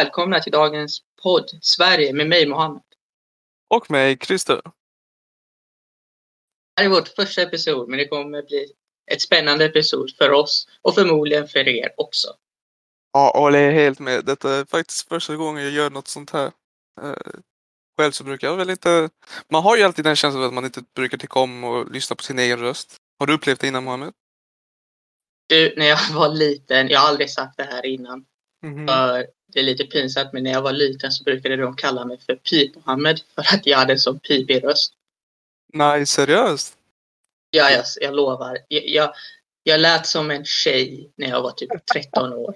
välkomna till dagens podd Sverige med mig Mohammed. Och mig, Christer. Det här är vårt första episod, men det kommer bli ett spännande episod för oss och förmodligen för er också. Ja, och det är helt med. Detta är faktiskt första gången jag gör något sånt här. Själv så brukar jag väl inte... Man har ju alltid den känslan att man inte brukar tycka om och lyssna på sin egen röst. Har du upplevt det innan, Mohammed? Du, när jag var liten, jag har aldrig sagt det här innan. Mhm. För det är lite pinsamt, men när jag var liten så brukade de kalla mig för Pip Mohammed för att jag hade en sån pipig röst. Nej, seriöst? Ja, jag lovar. Jag lät som en tjej när jag var typ 13 år.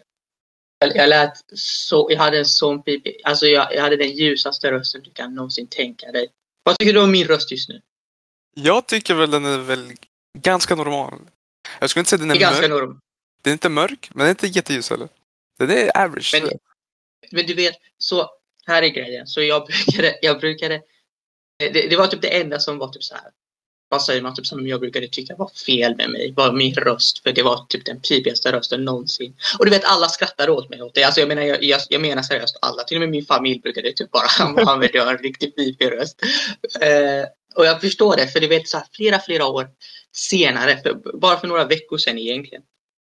Jag hade en sån pipig, alltså jag hade den ljusaste rösten du kan någonsin tänka dig. Vad tycker du om min röst just nu? Jag tycker väl den är väl ganska normal. Jag skulle inte säga den Det är är ganska mörk. norm. Den är inte mörk, men den är inte jätteljus heller. Den är average. Men du vet, så här är grejen. Så jag brukade det var typ det enda som var typ så här. Vad säger man, typ som jag brukade tycka var fel med mig, var min röst, för det var typ den pipigaste rösten någonsin. Och du vet, alla skrattade åt mig åt det. Alltså jag menar seriöst, alla, till och med min familj brukade typ bara använda en riktigt pipig röst. Och jag förstår det, för du vet så här, flera år senare, bara för några veckor sedan egentligen,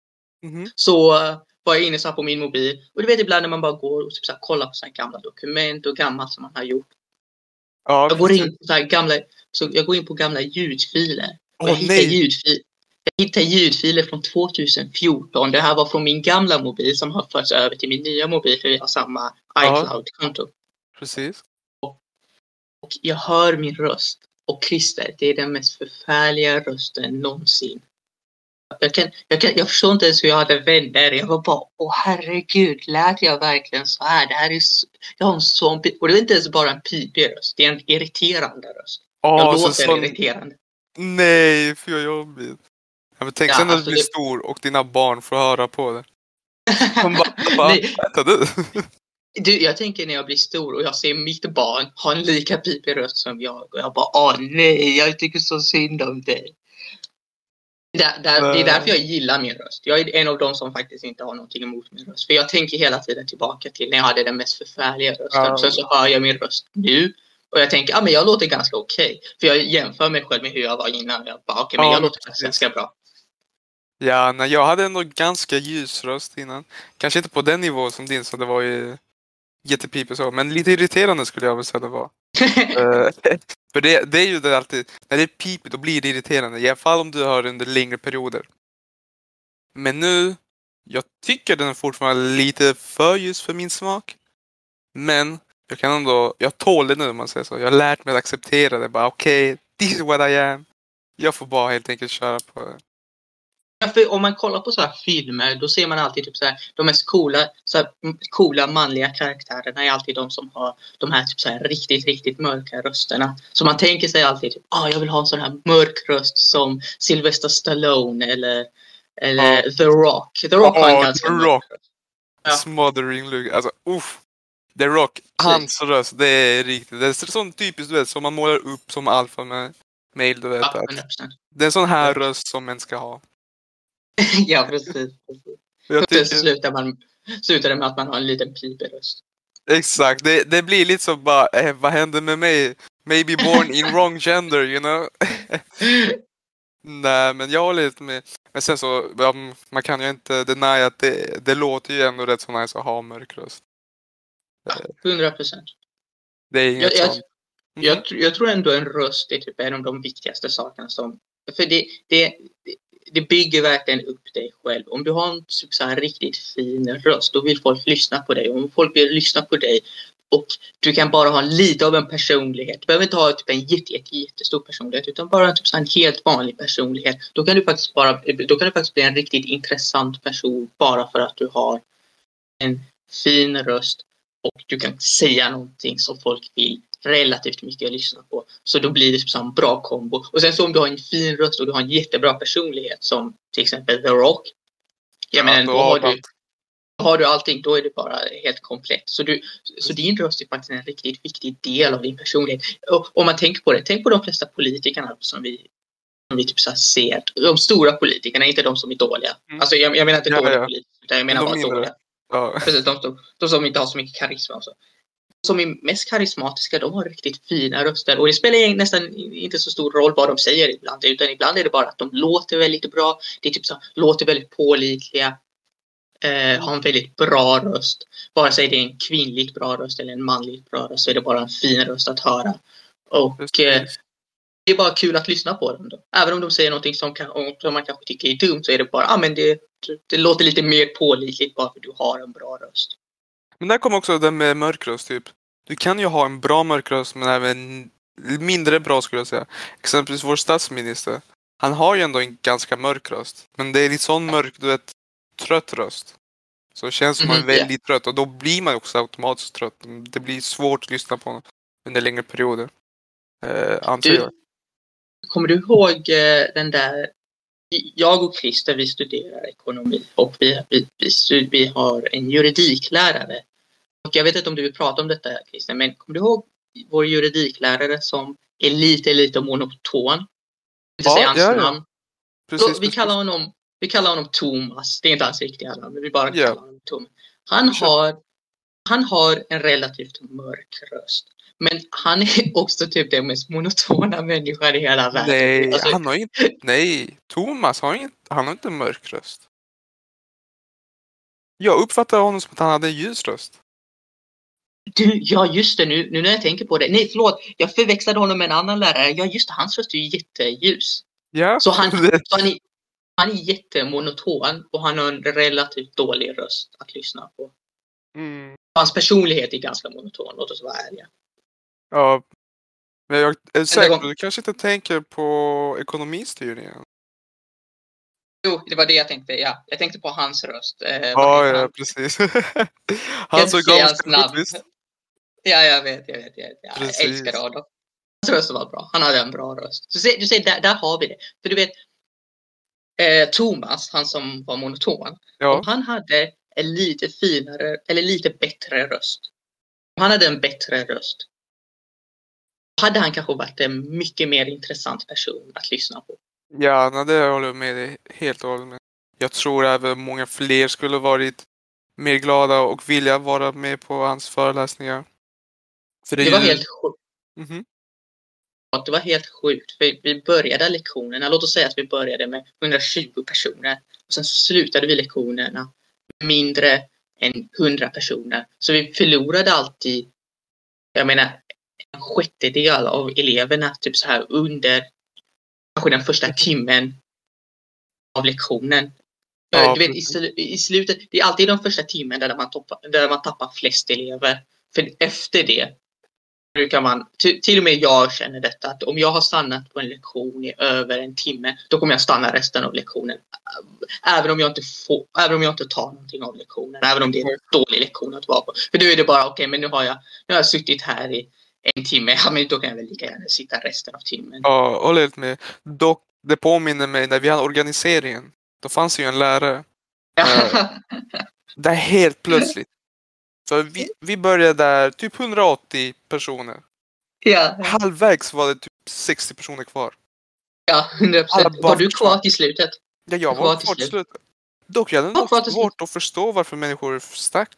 så var jag inne så här på min mobil. Och du vet, ibland när man bara går och typ så här, kollar på såna gamla dokument och gammalt som man har gjort. Ja, Jag går in på så här jag går in på gamla ljudfiler. Och jag hittar ljudfiler från 2014. Det här var från min gamla mobil som har förts över till min nya mobil, för vi har samma iCloud-konto. Precis. Och jag hör min röst. Och Christer, det är den mest förfärliga rösten någonsin. Jag förstår inte ens hur jag hade vänner. Jag var bara, herregud, lät jag verkligen så här? Det här är jag har en sån och det är inte ens bara en pipig röst. Det är en irriterande röst. Jag låter irriterande. Nej, för jag jobbigt. Ja, men tänk sen när du blir stor och dina barn får höra på det. De bara äta du. Du, jag tänker när jag blir stor och jag ser mitt barn ha en lika pipig röst som jag. Och jag bara, nej, jag tycker så synd om dig. Det är därför jag gillar min röst. Jag är en av dem som faktiskt inte har någonting emot min röst. För jag tänker hela tiden tillbaka till när jag hade den mest förfärliga rösten. Sen så hör jag min röst nu. Och jag tänker, men jag låter ganska okej. För jag jämför mig själv med hur jag var innan. Jag bara, men jag låter faktiskt ganska bra. Ja, när jag hade ändå ganska ljus röst innan. Kanske inte på den nivå som din, så det var ju jättepipig så. Men lite irriterande skulle jag väl säga det var. För det är ju det alltid. När det är pipigt, då blir det irriterande. I alla fall om du hör under längre perioder. Men nu, jag tycker den är fortfarande lite för ljus för min smak. Men jag tål det nu, om man säger så. Jag har lärt mig att acceptera det. Bara okej, this is what I am. Jag får bara helt enkelt köra på det. Ja, för om man kollar på så här filmer, då ser man alltid typ så här, de mest coola manliga karaktärerna är alltid de som har de här typ så här riktigt, riktigt mörka rösterna. Så man tänker sig alltid typ, jag vill ha en sån här mörk röst som Sylvester Stallone eller The Rock. The Rock har en ganska mörk röst. Ja. Smothering look. Alltså, The Rock, hans röst, det är riktigt. Det är sån typiskt, du vet, som man målar upp som alfa med mail, du vet. Ja, det är en sån här röst som man ska ha. Ja, precis. Slutar det med att man har en liten pipig röst. Exakt, det blir lite så bara, vad händer med mig? Maybe born in wrong gender, you know? Nej, men jag håller lite med. Men sen så, man kan ju inte deny att det låter ju ändå rätt så nice att ha mörk röst. 100%. Det är inget sånt. Jag tror ändå en röst är typ en av de viktigaste sakerna som... För det bygger verkligen upp dig själv. Om du har en så här riktigt fin röst, då vill folk lyssna på dig. Om folk vill lyssna på dig och du kan bara ha lite av en personlighet. Du behöver inte ha typ en jättestor personlighet, utan bara typ så en helt vanlig personlighet. Då kan du faktiskt bli en riktigt intressant person bara för att du har en fin röst och du kan säga någonting som folk vill relativt mycket lyssna på. Så då blir det typ en bra kombo. Och sen så om du har en fin röst och du har en jättebra personlighet som till exempel The Rock. Då har du allting, då är det bara helt komplett. Så din röst är faktiskt en riktigt viktig del av din personlighet. Och om man tänker på det, tänk på de flesta politikerna som vi typ så ser. De stora politikerna, inte de som är dåliga. Alltså jag menar inte dåliga politiker, utan jag menar bara dåliga. Ja. Precis, de som inte har så mycket karisma och så. De som är mest karismatiska, de har riktigt fina röster. Och det spelar nästan inte så stor roll vad de säger ibland. Utan ibland är det bara att de låter väldigt bra. Det är typ så, låter väldigt pålitliga. Har en väldigt bra röst. Vare sig det är en kvinnligt bra röst eller en manligt bra röst, så är det bara en fin röst att höra. Och det är bara kul att lyssna på dem då. Även om de säger någonting som man kanske tycker är dumt, så är det bara, men det låter lite mer pålitligt bara för att du har en bra röst. Men där kommer också den med mörkröst typ. Du kan ju ha en bra mörkröst, men även mindre bra skulle jag säga. Exempelvis vår statsminister. Han har ju ändå en ganska mörk röst. Men det är lite sån mörk, du vet, trött röst. Så det känns som man är väldigt trött. Och då blir man också automatiskt trött. Det blir svårt att lyssna på under längre perioder. Anser jag. Kommer du ihåg den där... Jag och Christer, vi studerar ekonomi. Och vi har en juridiklärare. Och jag vet inte om du vill prata om detta, Christer. Men kommer du ihåg vår juridiklärare som är lite monoton? Inte säga hans namn. Precis, vi kallar honom Thomas. Det är inte hans riktiga namn, men vi bara kallar honom Thomas. Han har en relativt mörk röst. Men han är också typ den mest monotona människan i hela världen. Nej, alltså, Thomas han har inte en mörk röst. Jag uppfattar honom som att han hade en ljus röst. Ja, just det. Nu när jag tänker på det. Nej, förlåt. Jag förväxlade honom med en annan lärare. Ja, just det. Hans röst är ju jätteljus. Ja. Så han är jättemonoton och han har en relativt dålig röst att lyssna på. Mm. Hans personlighet är ganska monoton, låt oss vara ärliga. Ja, men jag är säker på att du kanske inte tänker på ekonomistyrningen. Jo, det var det jag tänkte, ja. Jag tänkte på hans röst. Ja, precis. Hans namn. Ja, jag vet. Jag älskar Adam. Hans röst var bra. Han hade en bra röst. Så du ser, där har vi det. För du vet, Thomas, han som var monoton, och han hade en lite finare, eller lite bättre röst. Han hade en bättre röst. Hade han kanske varit en mycket mer intressant person att lyssna på. Ja, det håller jag med dig helt och hållet med. Jag tror även många fler skulle varit mer glada och vilja vara med på hans föreläsningar. För det var helt sjukt. Mm-hmm. Det var helt sjukt. För vi började lektionerna, låt oss säga att vi började med 120 personer. Och sen slutade vi lektionerna med mindre än 100 personer. Så vi förlorade alltid, jag menar, en sjättedel av eleverna typ så här under kanske den första timmen av lektionen. Ja, du vet, i slutet, det är alltid de första timmen där man tappar flest elever. För efter det brukar man, till och med jag känner detta, att om jag har stannat på en lektion i över en timme, då kommer jag stanna resten av lektionen. Även om jag inte tar någonting av lektionen, även om det är en dålig lektion att vara på. För då är det bara, okej, men nu har jag suttit här i en timme, ja, men då kan jag väl lika gärna sitta resten av timmen. Ja, håller helt med. Dock, det påminner mig när vi hade organiseringen. Då fanns ju en lärare. Där helt plötsligt. Så vi började där typ 180 personer. Ja. Halvvägs var det typ 60 personer kvar. Ja, 100%. Var du kvar till slutet? Ja, jag var kvar till slutet. Dock, jag hade svårt att förstå varför människor stack.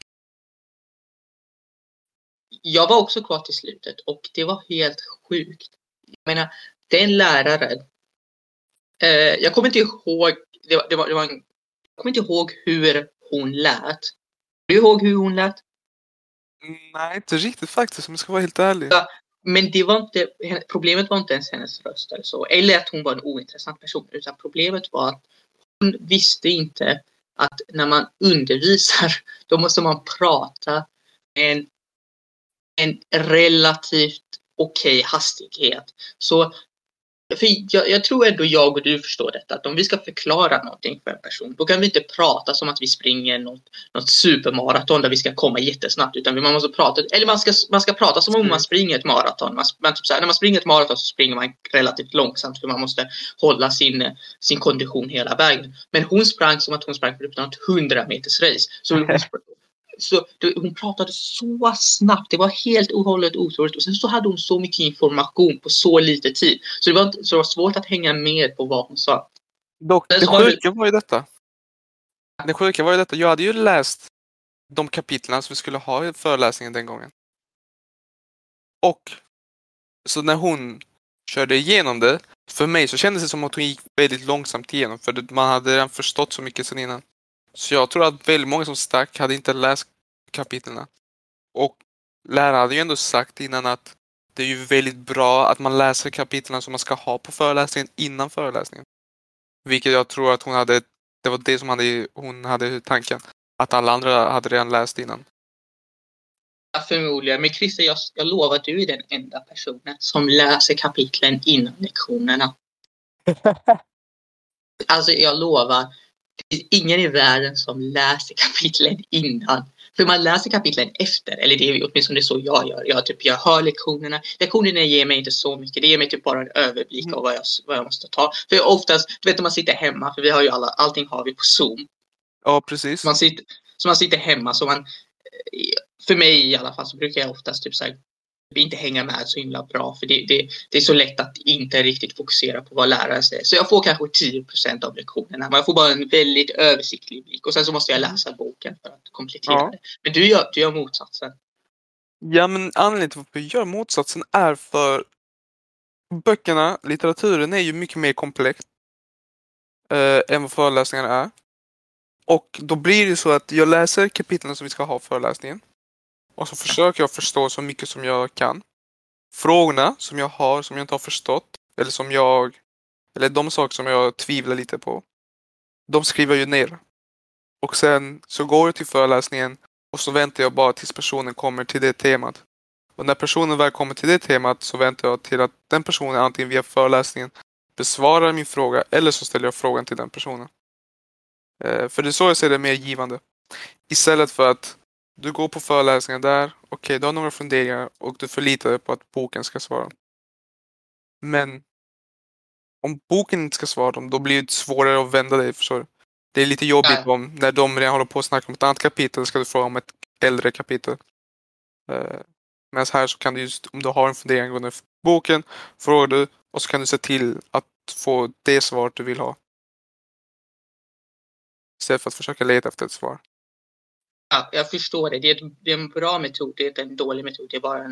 Jag var också kvar till slutet och det var helt sjukt. Jag menar, den läraren, jag kommer inte ihåg, jag kommer inte ihåg hur hon lät. Du ihåg hur hon lät? Nej, inte riktigt faktiskt, om jag ska vara helt ärlig. Ja, men problemet var inte ens hennes röst eller så. Eller att hon var en ointressant person. Utan problemet var att hon visste inte att när man undervisar, då måste man prata med en relativt okej hastighet. Så för jag tror ändå jag och du förstår detta, att om vi ska förklara någonting för en person, då kan vi inte prata som att vi springer något supermaraton där vi ska komma jättesnabbt, utan man måste prata, eller man ska prata som om man springer ett maraton. Typ så här, när man springer ett maraton så springer man relativt långsamt för man måste hålla sin kondition hela vägen. Men hon sprang som att hon sprang för något 100 meters race. Så hon pratade så snabbt. Det var helt ohållet otroligt. Och sen så hade hon så mycket information på så lite tid. Så det var svårt att hänga med på vad hon sa. Dock, det sjuka var ju detta. Jag hade ju läst de kapitlen som vi skulle ha i föreläsningen den gången. Och så när hon körde igenom det, för mig så kändes det som att hon gick väldigt långsamt igenom, för man hade redan förstått så mycket sedan innan. Så jag tror att väldigt många som stack hade inte läst kapitlen. Och läraren hade ju ändå sagt innan att det är ju väldigt bra att man läser kapitlen som man ska ha på föreläsningen innan föreläsningen. Vilket jag tror att det var det som hon hade i tanken. Att alla andra hade redan läst innan. Ja, förmodligen. Men Christer, jag lovar att du är den enda personen som läser kapitlen innan lektionerna. Alltså jag lovar. Det finns ingen i världen som läser kapitlen innan. För man läser kapitlen efter. Eller det är åtminstone så jag gör. Jag hör lektionerna. Lektionerna ger mig inte så mycket. Det ger mig typ bara en överblick av vad jag måste ta. För oftast, du vet när man sitter hemma. För vi har ju allting har vi på Zoom. Ja, precis. Man sitter hemma. Så man, för mig i alla fall så brukar jag oftast typ så här, inte hänga med så himla bra. För det är så lätt att inte riktigt fokusera på vad läraren säger. Så jag får kanske 10% av lektionerna. Men jag får bara en väldigt översiktlig blick. Och sen så måste jag läsa boken för att komplettera det. Men du gör motsatsen. Ja, men anledningen till varför jag gör motsatsen är för böckerna, litteraturen är ju mycket mer komplex än vad föreläsningarna är. Och då blir det så att jag läser kapitlen som vi ska ha föreläsningen. Och så försöker jag förstå så mycket som jag kan. Frågorna som jag har, som jag inte har förstått. Eller de saker som jag tvivlar lite på. De skriver jag ju ner. Och sen så går jag till föreläsningen. Och så väntar jag bara tills personen kommer till det temat. Och när personen väl kommer till det temat så väntar jag till att den personen antingen via föreläsningen besvarar min fråga. Eller så ställer jag frågan till den personen. För det är så jag ser det mer givande. Istället för att du går på föreläsningen där. Okej, du har några funderingar och du förlitar dig på att boken ska svara. Men om boken inte ska svara dem, då blir det svårare att vända dig. Förstår. Det är lite jobbigt när de redan håller på att snacka om ett annat kapitel ska du fråga om ett äldre kapitel. Men här så kan du just, om du har en fundering under boken, frågar du och så kan du se till att få det svar du vill ha. Istället för att försöka leta efter ett svar. Ja, jag förstår det. Det är en bra metod. Det är en dålig metod. Det är bara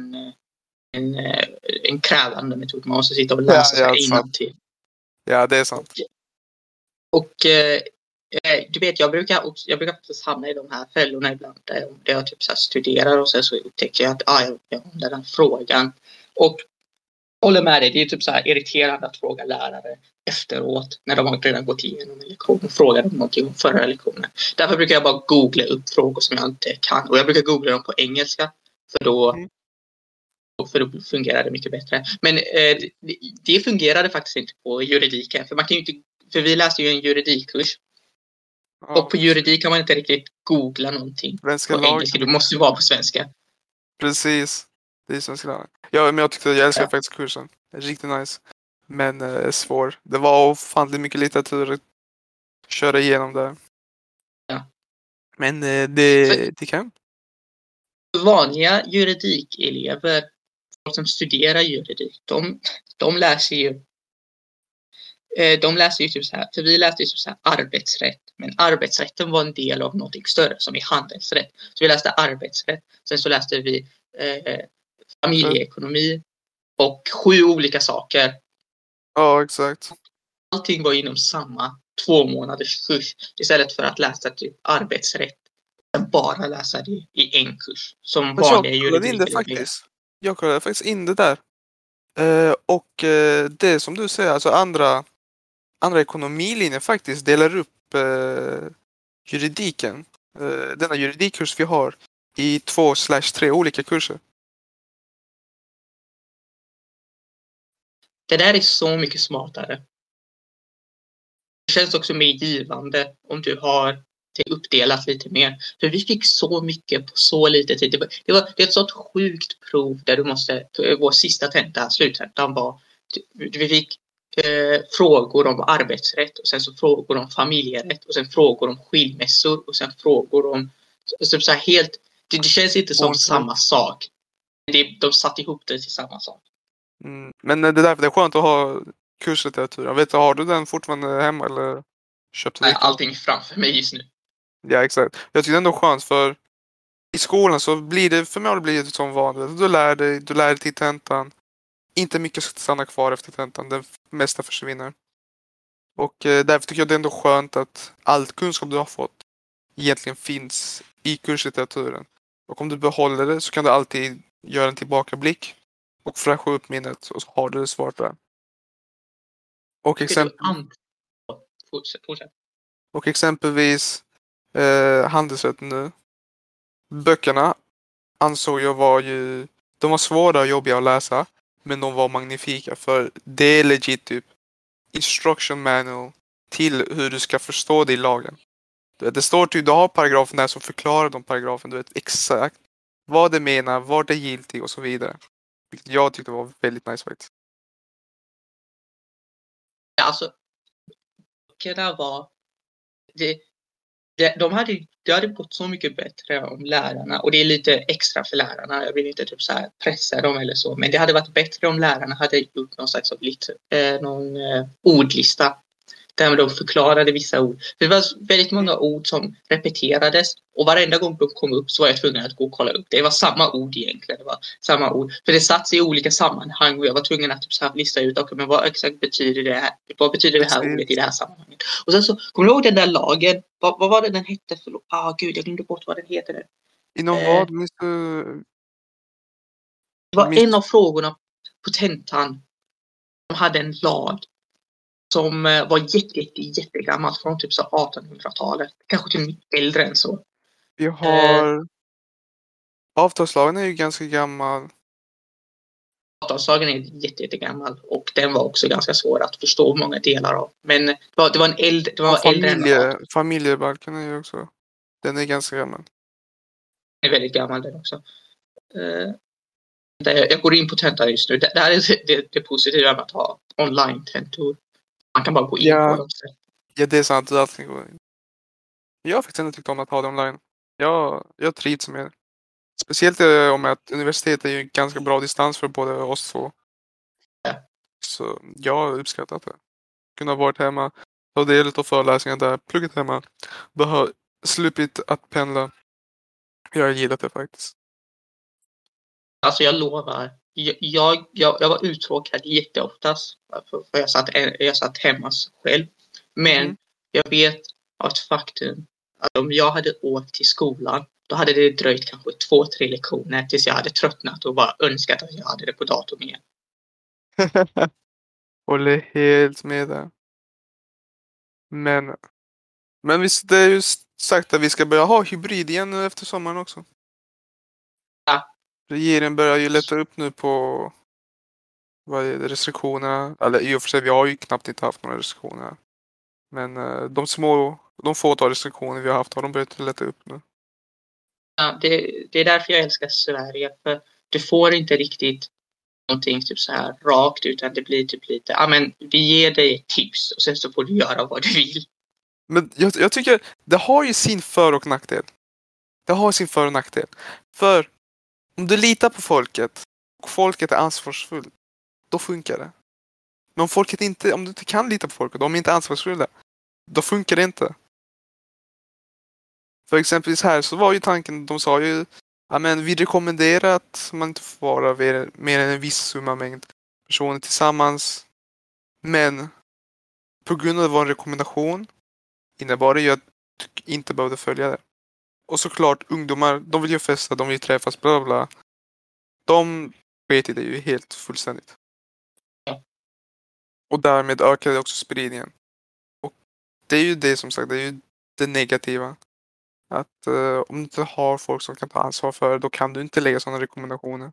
en krävande metod. Man måste sitta och läsa innantill. Ja, det är sant. Och du vet, jag brukar faktiskt hamna i de här fällorna ibland. Där jag typ så här studerar och sen så upptäcker jag att jag har den här frågan. Och håller med dig, det är typ så här irriterande att fråga lärare efteråt när de har redan gått igenom en lektion och frågar dem någonting om förra lektionen. Därför brukar jag bara googla upp frågor som jag inte kan. Och jag brukar googla dem på engelska för då fungerar det mycket bättre. Men det fungerade faktiskt inte på juridiken. För vi läste ju en juridikkurs. Ja. Och på juridik kan man inte riktigt googla någonting svenska på engelska. Du måste vara på svenska. Precis. Det är svenska lagen. Ja, men jag älskar faktiskt kursen. Det är riktigt nice. Men svår. Det var ofantligt mycket litteratur att köra igenom där. Ja. Men det kan. Vanliga juridikelever, folk som studerar juridik, de läser ju typ så här, för vi läste ju så här arbetsrätt, men arbetsrätten var en del av något större som är handelsrätt. Så vi läste arbetsrätt, sen så läste vi familjeekonomi och 7 olika saker. Ja, exakt. Allting var inom samma 2 månaders kurs istället för att läsa typ arbetsrätt och bara läsa det i en kurs som vanliga juridik. Jag kollade faktiskt in det där. Och det som du säger, alltså andra ekonomilinjer faktiskt delar upp juridiken. Denna juridikkurs vi har i 2/3 olika kurser. Det där är så mycket smartare. Det känns också mer givande om du har det uppdelat lite mer. För vi fick så mycket på så lite tid. Det är ett sånt sjukt prov där du måste, vår sista tenta, sluttentan var, vi fick frågor om arbetsrätt och sen så frågor om familjerätt och sen frågor om skilmässor och sen frågor om så här helt, det känns inte som samma sak. De satt ihop det till samma sak. Men det är därför det är skönt att ha kurslitteratur. Jag vet, har du den fortfarande hemma eller köpte du? Nej, allting är framför mig just nu. Ja, exakt. Jag tycker ändå skönt för i skolan så blir det förmodligen som vanligt. Du lär dig till tentan. Inte mycket ska stanna kvar efter tentan. Det mesta försvinner. Och därför tycker jag det är ändå skönt att allt kunskap du har fått egentligen finns i kurslitteraturen. Och om du behåller det så kan du alltid göra en tillbakablick och fräscha upp minnet och så har du det svart där. Och, exempelvis handelsrätt nu. Böckerna ansåg jag de var svåra och jobbiga att läsa, men de var magnifika för det är legit typ instruction manual till hur du ska förstå det i lagen. Det står typ, du har paragrafen där som förklarar de paragrafen, du vet exakt vad det menar, vad det är giltigt och så vidare. Vilket jag tyckte var väldigt nice faktiskt. Ja, alltså böckerna var det hade gått så mycket bättre om lärarna, och det är lite extra för lärarna, jag vill inte typ så här pressa dem eller så, men det hade varit bättre om lärarna hade gjort någon slags någon ordlista där de förklarade vissa ord. För det var väldigt många ord som repeterades och varenda gång de kom upp så var jag tvungen att gå och kolla upp. Det var samma ord egentligen, det var samma ord. För det satt i olika sammanhang och jag var tvungen att typ så här lista ut men vad exakt betyder det här? Vad betyder det här ordet i det här sammanhanget? Och sen så, kommer du ihåg den där lagen? Vad var det den hette? Gud, jag glömde bort vad den heter nu. Inom vad? Det var en av frågorna på tentan som hade en lag som var jättegammalt från typ så 1800-talet. Kanske till mycket äldre än så. Vi har... Avtalslagen är ju ganska gammal. Avtalslagen är jättegammal och den var också ganska svår att förstå många delar av. Men det var en äldre... Det var äldre familjebalken är ju också... Den är ganska gammal. Den är väldigt gammal den också. Jag går in på tentan just nu. Det här är det positiva med att ha online-tentor. Man kan bara gå in på dem. Ja, det är sant. Du alltid går in. Jag har faktiskt inte tyckt om att ha det online. Jag trivs med det. Speciellt om att universitetet är ju en ganska bra distans för både oss två. Ja. Så jag har uppskattat det. Kunna varit hemma, ta del av föreläsningar där, pluggat hemma. Slupit att pendla. Jag har gillat det faktiskt. Alltså jag lovar. Jag var uttråkad jätteoftast. För jag satt hemma själv. Men jag vet av ett faktum att om jag hade åkt till skolan, då hade det dröjt kanske 2-3 lektioner tills jag hade tröttnat och bara önskat att jag hade det på datorn igen. Håller helt med där. Men visst, det är ju sagt att vi ska börja ha hybrid igen nu efter sommaren också. Ja. Regeringen börjar ju lätta upp nu på vad är det, restriktionerna. Eller i och för sig, vi har ju knappt inte haft några restriktioner. Men de fåtal restriktioner vi har haft har de börjat lätta upp nu. Ja, det är därför jag älskar Sverige. För du får inte riktigt någonting typ så här rakt, utan det blir typ lite, men vi ger dig ett tips och sen så får du göra vad du vill. Men jag tycker det har ju sin för- och nackdel. Det har sin för- och nackdel. För om du litar på folket och folket är ansvarsfullt, då funkar det. Men om du inte kan lita på folket, de är inte ansvarsfulla, då funkar det inte. För exempelvis här så var ju tanken, de sa ju vi rekommenderar att man inte får vara mer än en viss summa mängd personer tillsammans. Men på grund av att det var en rekommendation innebar det ju att du inte behövde följa det. Och såklart ungdomar, de vill ju festa, de vill träffas, bla bla. De vet det ju helt fullständigt. Ja. Och därmed ökade också spridningen. Och det är ju det som sagt, det är ju det negativa. Att om du inte har folk som kan ta ansvar för det, då kan du inte lägga sådana rekommendationer.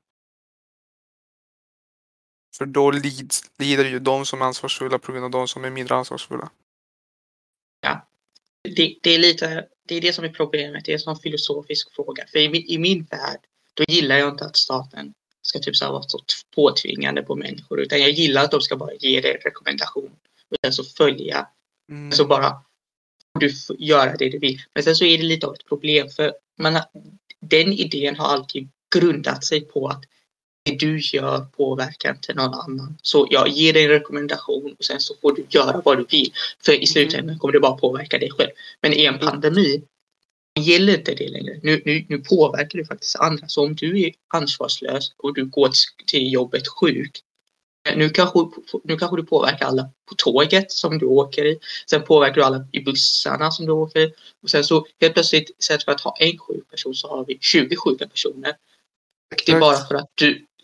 För då lider ju de som är ansvarsfulla på grund av de som är mindre ansvarsfulla. Ja, det är det som är problemet. Det är en sån filosofisk fråga. För i min värld, då gillar jag inte att staten ska typ så här vara så påtvingande på människor. Utan jag gillar att de ska bara ge dig en rekommendation. Och sen så följa. Så bara du får göra det du vill. Men sen så är det lite av ett problem. För den idén har alltid grundat sig på att det du gör påverkar inte någon annan. Så jag ger dig en rekommendation och sen så får du göra vad du vill. För i slutändan kommer det bara påverka dig själv. Men i en pandemi gäller inte det längre. Nu påverkar du faktiskt andra. Så om du är ansvarslös och du går till jobbet sjuk, nu kanske du påverkar alla på tåget som du åker i. Sen påverkar du alla i bussarna som du åker i. Och sen så helt plötsligt, istället för att ha en sjuk person så har vi 20 sjuka personer. Och det är bara för att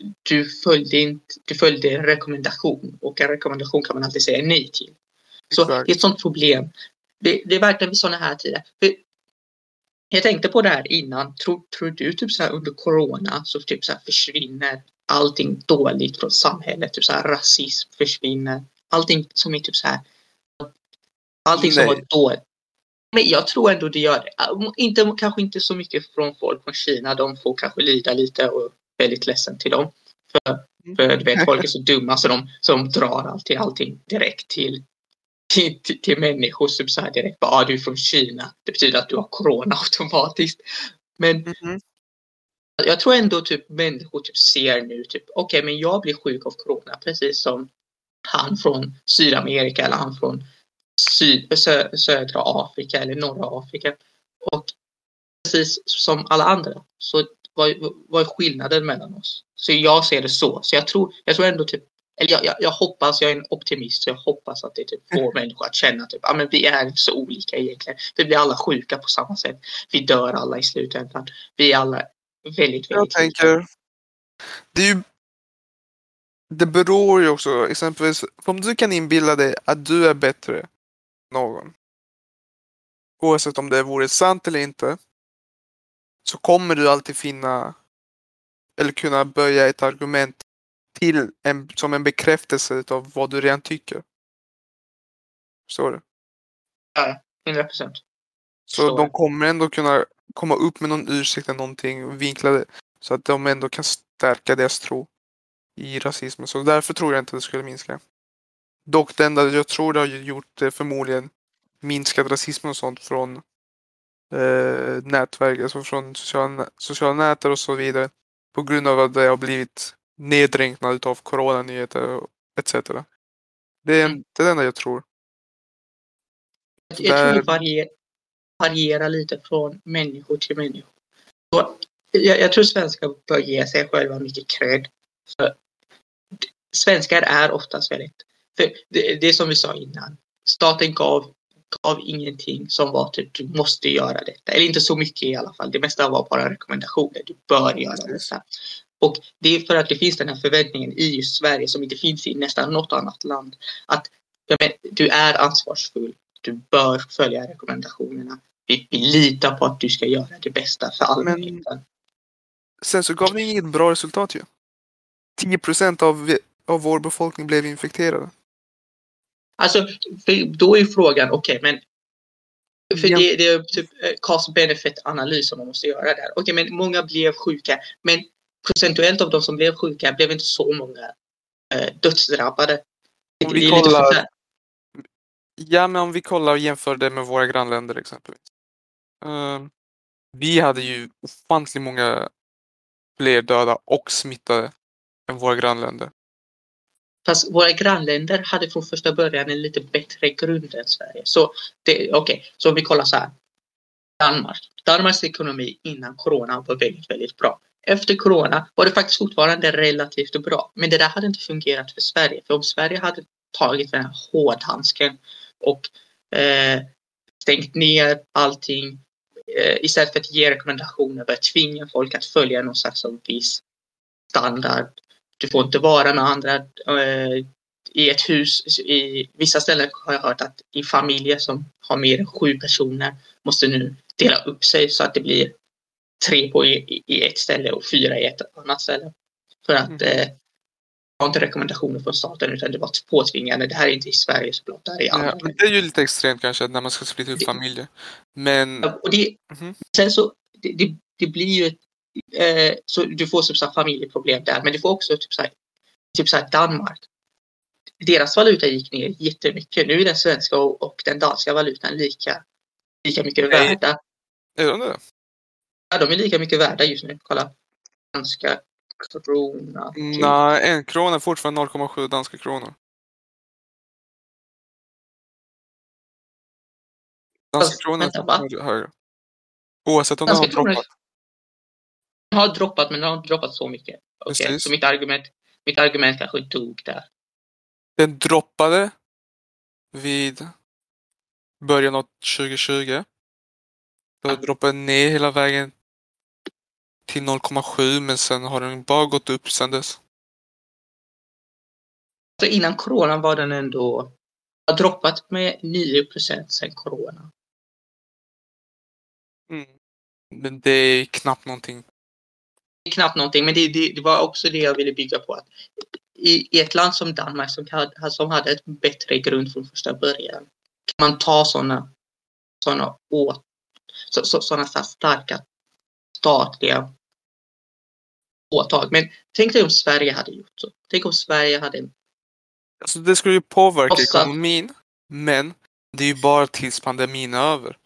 du följde en rekommendation. Och en rekommendation kan man alltid säga nej till. Så det är ett sånt problem. Det är verkligen vid sådana här tider. Jag tänkte på det här innan. Tror du typ så här under corona så typ så här försvinner allting dåligt från samhället? Typ så här rasism försvinner. Allting som är typ så här. Allting som var dåligt. Men jag tror ändå det gör det. Kanske inte så mycket från folk från Kina. De får kanske lida lite och väldigt ledsen till dem. För du vet, folk är så dumma så de drar allting direkt till människor som så här direkt bara, du är från Kina. Det betyder att du har corona automatiskt. Men jag tror ändå typ människor typ ser nu typ okej, men jag blir sjuk av corona precis som han från Sydamerika eller han från södra Afrika eller norra Afrika. Och precis som alla andra så vad är skillnaden mellan oss? Så jag ser det så. Så jag tror ändå typ, eller jag hoppas, jag är en optimist, så jag hoppas att det typ får människor att känna typ, men vi är inte så olika egentligen. Vi blir alla sjuka på samma sätt. Vi dör alla i slutändan. Vi är alla väldigt jag tänker, det beror ju också, exempelvis, om du kan inbilla dig att du är bättre än någon, oavsett om det vore sant eller inte, så kommer du alltid finna eller kunna böja ett argument till som en bekräftelse av vad du redan tycker. Förstår du? Ja, 100%. Så de kommer ändå kunna komma upp med någon ursäkt eller någonting och vinkla det så att de ändå kan stärka deras tro i rasismen. Så därför tror jag inte att det skulle minska. Dock det enda jag tror det har gjort det förmodligen minskat rasism och sånt från nätverk, alltså från sociala nätet och så vidare. På grund av att det har blivit neddränknat av coronanyheter etc. Det är det enda jag tror. Jag tror det varierar lite från människor till människor. Så jag tror svenskar bör ge sig själva mycket cred. För svenskar är oftast väldigt... För det är som vi sa innan. Staten gav ingenting som var typ du måste göra detta. Eller inte så mycket i alla fall. Det mesta var bara rekommendationer. Du bör göra detta. Och det är för att det finns den här förväntningen i just Sverige som inte finns i nästan något annat land. Att du är ansvarsfull. Du bör följa rekommendationerna. Vi litar på att du ska göra det bästa för allmänheten. Men sen så gav det inget bra resultat ju. 10% av vår befolkning blev infekterade. Alltså, då är frågan, okej, men för det är typ cost-benefit-analys som man måste göra där. Okej, men många blev sjuka, men procentuellt av de som blev sjuka blev inte så många dödsdrabbade. Om vi kollar och jämför det med våra grannländer exempelvis. Vi hade ju ofantligt många fler döda och smittade än våra grannländer. Fast våra grannländer hade från första början en lite bättre grund än Sverige. Så så om vi kollar så här. Danmarks ekonomi innan corona var väldigt, väldigt bra. Efter corona var det faktiskt fortfarande relativt bra. Men det där hade inte fungerat för Sverige. För om Sverige hade tagit den här hårdhandsken och stängt ner allting istället för att ge rekommendationer, börja tvinga folk att följa någon slags viss standard. Du får inte vara med andra i ett hus. I vissa ställen har jag hört att i familjer som har mer än 7 personer måste nu dela upp sig så att det blir 3 i ett ställe och 4 i ett annat ställe. För att det var inte rekommendationer från staten utan det var påtvingande. Det här är inte i Sverige såklart. Det är ju lite extremt kanske när man ska splitta upp familjer. Men... Och sen så det blir ju så du får typ så familjeproblem där, men du får också typ så här Danmark. Deras valuta gick ner jättemycket. Nu är den svenska och den danska valutan lika mycket värda. Är de det? Ja, de är lika mycket värda just nu. Kolla. Danska krona. Nej, 1 krona är fortfarande 0,7 danska kronor. Danska kronor är högre. Oavsett om det har droppat. Det har droppat, men det har inte droppat så mycket. Okej, så mitt argument kanske dog där. Den droppade vid början av 2020. Då droppade den ner hela vägen till 0,7, men sen har den bara gått upp sen dess. Så innan corona var den ändå har droppat med 9% sen corona. Men det är knappt någonting. Det är knappt någonting, men det var också det jag ville bygga på. Att i ett land som Danmark som hade ett bättre grund från första början kan man ta sådana starka statliga åtag. Men tänk dig om Sverige hade gjort så. Tänk om Sverige hade... Alltså det skulle ju påverka ekonomin, men det är ju bara tills pandemin är över.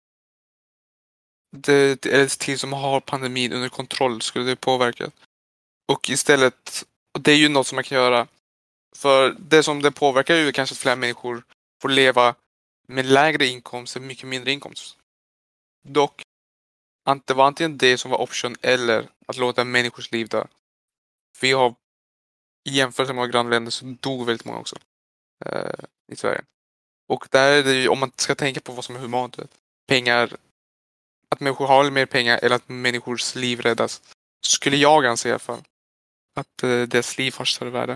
Det är till som har pandemin under kontroll skulle det påverka. Och istället, och det är ju något som man kan göra. För det som det påverkar är ju kanske att fler människor får leva med lägre inkomst eller mycket mindre inkomst. Dock, det var antingen det som var option eller att låta människors liv dö. Vi har i jämförelse med våra grannländer så dog väldigt många också i Sverige. Och där är det ju, om man ska tänka på vad som är humant, pengar, att människor har mer pengar eller att människors liv räddas, skulle jag anse i alla fall att deras liv har större värde.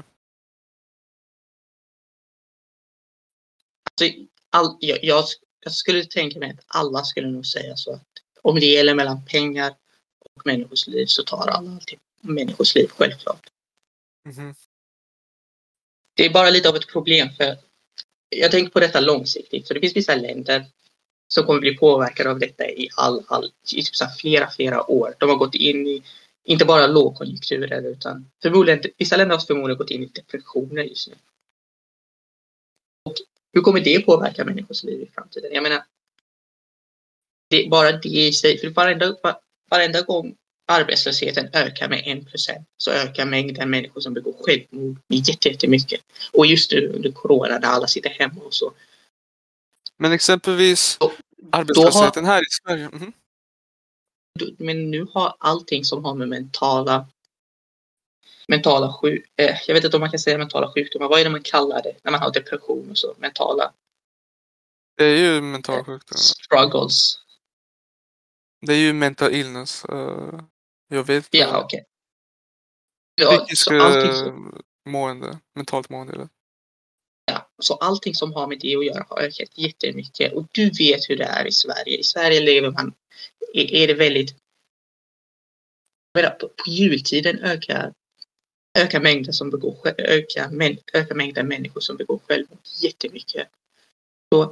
Alltså, jag skulle tänka mig att alla skulle nog säga så att om det gäller mellan pengar och människors liv så tar alla alltid människors liv, självklart. Mm-hmm. Det är bara lite av ett problem, för jag tänker på detta långsiktigt. Så det finns vissa länder som kommer bli påverkade av detta i i typ så flera år. De har gått in i inte bara lågkonjunkturer, utan förmodligen, vissa länder har förmodligen gått in i depressioner just nu. Och hur kommer det påverka människors liv i framtiden? Jag menar, det är bara det i sig. För varenda gång arbetslösheten ökar med 1% så ökar mängden människor som begår självmord med jättemycket. Och just nu under corona där alla sitter hemma och så. Men exempelvis arbetslösheten här i Sverige. Mm-hmm. Men nu har allting som har med mentala jag vet inte om man kan säga mentala sjukdomar. Vad är det man kallar det när man har depression och så? Mentala. Det är ju mentala sjukdomar. Struggles. Det är ju mental illness. Jag vet. Ja, okej. Psykisk mående. Mentalt mående. Eller? Ja, så allting som har med det att göra har ökat jättemycket. Och du vet hur det är i Sverige. I Sverige lever man... Är det väldigt... På jultiden ökar mängden som begår ökar mängden människor som begår självmord jättemycket. Så,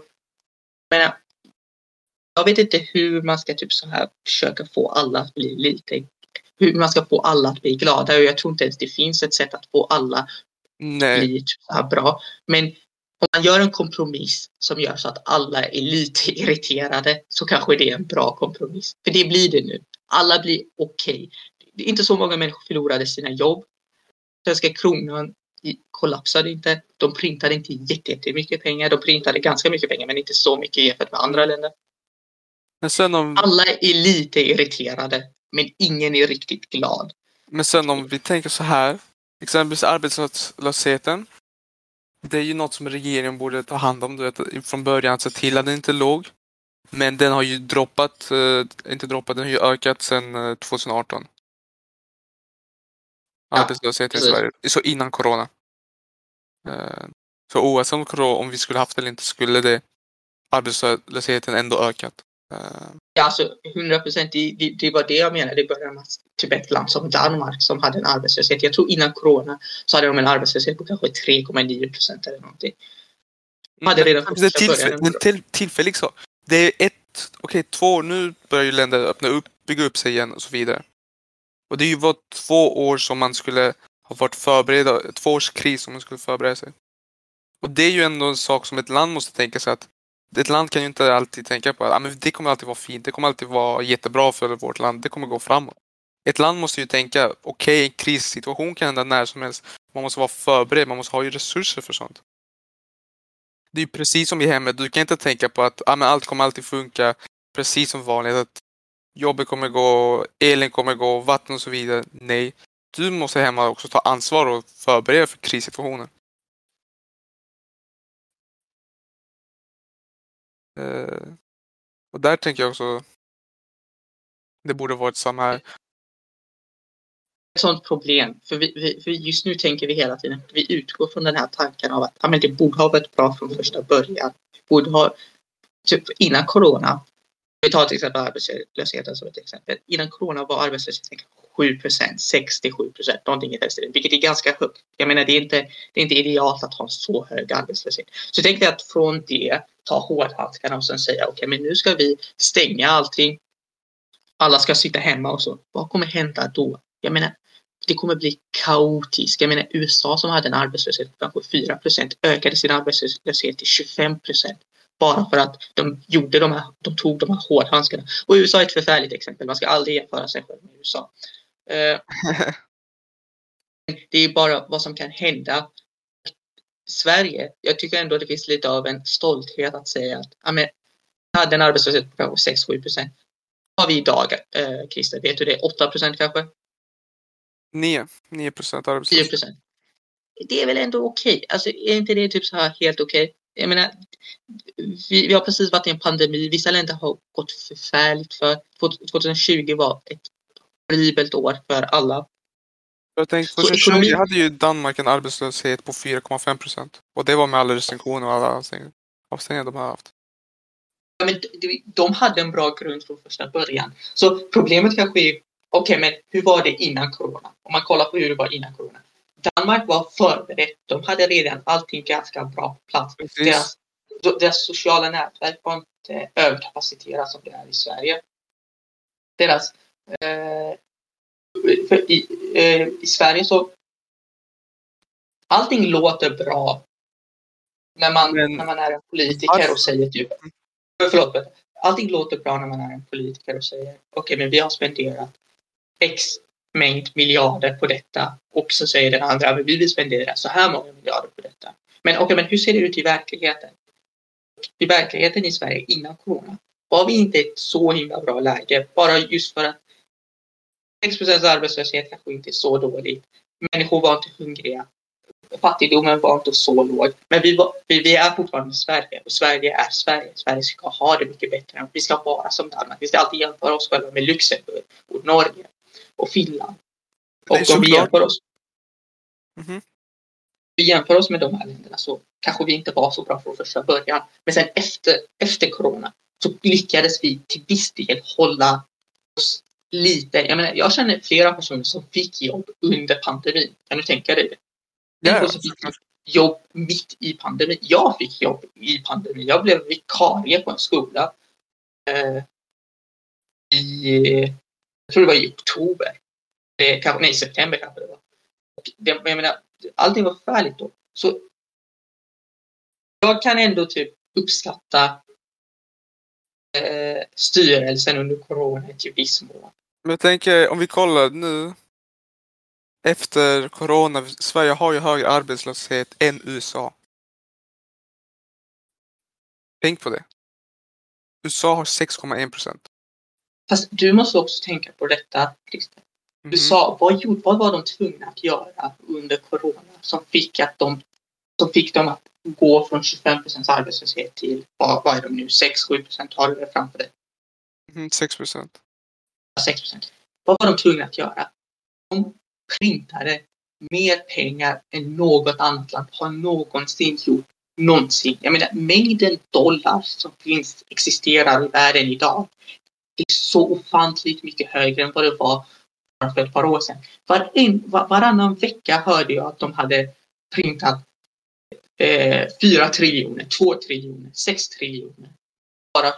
jag vet inte hur man ska typ så här försöka få alla att bli hur man ska få alla att bli glada. Och jag tror inte ens det finns ett sätt att få alla bli typ så här bra. Men om man gör en kompromiss som gör så att alla är lite irriterade så kanske det är en bra kompromiss. För det blir det nu. Alla blir okej. Det är inte så många människor förlorade sina jobb. Svenska kronan kollapsade inte. De printade inte jättemycket pengar. De printade ganska mycket pengar men inte så mycket jämfört med andra länder. Men sen alla är lite irriterade men ingen är riktigt glad. Men sen om vi tänker så här, exempelvis arbetslösheten, det är ju något som regeringen borde ta hand om, du vet, från början, se till att den inte är låg. Men den har ju den har ju ökat sedan 2018. Arbetslösheten i Sverige, så innan corona. Så oavsett om vi skulle haft det eller inte skulle det arbetslösheten ändå ökat. Ja, alltså 100%, det var det jag menade. Det började med typ ett land som Danmark som hade en arbetslöshet. Jag tror innan corona så hade de en arbetslöshet på kanske 3,9% eller någonting. De hade redan tillfälligt så. Det är 2 år, nu börjar ju länder bygga upp sig igen och så vidare. Och det är ju var 2 år som man skulle ha varit förberedda, 2 års kris som man skulle förbereda sig. Och det är ju ändå en sak som ett land måste tänka sig att ett land kan ju inte alltid tänka på att men det kommer alltid vara fint, det kommer alltid vara jättebra för vårt land, det kommer gå framåt. Ett land måste ju tänka, en krissituation kan hända när som helst. Man måste vara förberedd, man måste ha ju resurser för sånt. Det är ju precis som i hemmet, du kan inte tänka på att men allt kommer alltid funka precis som vanligt. Att jobbet kommer gå, elen kommer gå, vatten och så vidare. Nej. Du måste hemma också ta ansvar och förbereda för krissituationer. Och där tänker jag också det borde vara ett samma här. Ett sånt problem, för just nu tänker vi hela tiden, vi utgår från den här tanken av att men det borde ha varit bra från första början. Borde ha, typ innan corona, vi tar till exempel arbetslösheten som ett exempel. Innan corona var arbetslösheten 7%, 67%, någonting i den stilen, vilket är ganska högt. Jag menar, det är inte idealt att ha en så hög arbetslöshet. Så tänk dig att från det ta hårdhandskarna och sen säga okej, men nu ska vi stänga allting. Alla ska sitta hemma och så. Vad kommer hända då? Jag menar, det kommer bli kaotiskt. Jag menar, USA som hade en arbetslöshet på 4% ökade sin arbetslöshet till 25%. Bara för att de tog de här hårdhandskarna. Och USA är ett förfärligt exempel. Man ska aldrig jämföra sig själv med USA. Det är bara vad som kan hända. Sverige, jag tycker ändå det finns lite av en stolthet att säga att jag hade en arbetslöshet på 6-7%. Har vi idag, Christer? Vet du det? 8% kanske? 9% arbetslöshet. 10%. Det är väl ändå okej. Alltså, är inte det typ så här helt okej? Jag menar, vi har precis varit i en pandemi. Vissa länder har gått förfärligt för. 2020 var ett horribelt år för alla. Jag tänkte, 2020 hade ju Danmark en arbetslöshet på 4,5%. Och det var med alla restriktioner och alla avstängningar de har haft. Ja, men de hade en bra grund från första början. Så problemet kanske är, okej, men hur var det innan corona? Om man kollar på hur det var innan corona. Danmark var förberett. De hade redan allting ganska bra på plats. Deras sociala nätverk var inte överkapaciterat som det är i Sverige. I Sverige så allting låter bra när man är en politiker och säger typ allting låter bra när man är en politiker och säger okej, men vi har spenderat X mängd miljarder på detta, och så säger den andra men vi vill spendera så här många miljarder på detta. Men okej, men hur ser det ut i verkligheten? I verkligheten i Sverige innan corona var vi inte ett så himla bra läge, bara just för att 6% arbetslöshet kanske inte är så dåligt. Människor var inte hungriga. Fattigdomen var inte så låg. Men vi är fortfarande i Sverige. Och Sverige är Sverige. Sverige ska ha det mycket bättre. Vi ska vara som Danmark. Vi ska alltid jämföra oss själva med Luxemburg och Norge och Finland. Och om vi jämför oss vi jämför oss med de här länderna så kanske vi inte var så bra från första början. Men sen efter corona så lyckades vi till viss del hålla oss lite. Jag menar, jag känner flera personer som fick jobb under pandemin. Kan du tänka dig det? Människor som fick jobb mitt i pandemin. Jag fick jobb i pandemin. Jag blev vikarie på en skola jag tror det var i oktober. September kanske det var. Och jag menar, allting var färdigt då. Så jag kan ändå typ uppskatta styrelsen under corona till viss mån. Men jag tänker, om vi kollar nu efter corona, Sverige har ju högre arbetslöshet än USA. Tänk på det. USA har 6,1%. Fast du måste också tänka på detta, Christer. USA, vad var de tvungna att göra under corona som fick dem att gå från 25% arbetslöshet till, vad är de nu, 6-7% har du det framför dig? 6%. 6%. Vad var de tvungna att göra? De printade mer pengar än något annat land har någonsin gjort. Någonsin. Jag menar, mängden dollar som existerar i världen idag är så ofantligt mycket högre än vad det var för ett par år sedan. Varannan vecka hörde jag att de hade printat 4 triljoner, 2 triljoner, 6 triljoner. Bara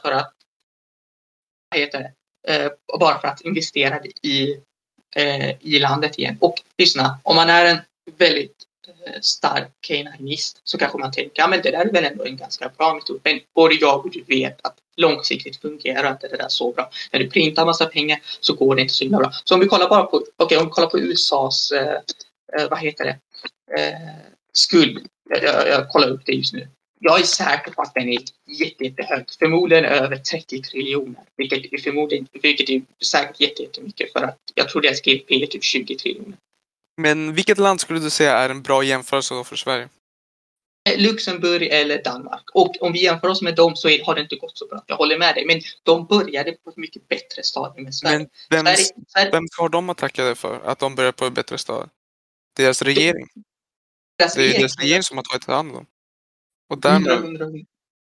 för att investera i landet igen. Och lyssna, om man är en väldigt stark K9-ist så kanske man tänker, men det där är väl ändå en ganska bra metod. Men både jag och du vet att långsiktigt fungerar inte det där så bra. När du printar massa pengar så går det inte så himla bra. Så om vi kollar bara på, om vi kollar på USAs skuld. Jag kollar upp det just nu. Jag är säker på att den är jättehög. Förmodligen över 30 triljoner. Vilket är säkert jättemycket. För att jag tror deras GDP är typ 20 triljoner. Men vilket land skulle du säga är en bra jämförelse då för Sverige? Luxemburg eller Danmark. Och om vi jämför oss med dem så har det inte gått så bra. Jag håller med dig. Men de började på ett mycket bättre stadium än Sverige. Men vem har de att tacka det för? Att de börjar på ett bättre stadium? Deras regering. Det är deras regering som har tagit hand om dem. Och därmed...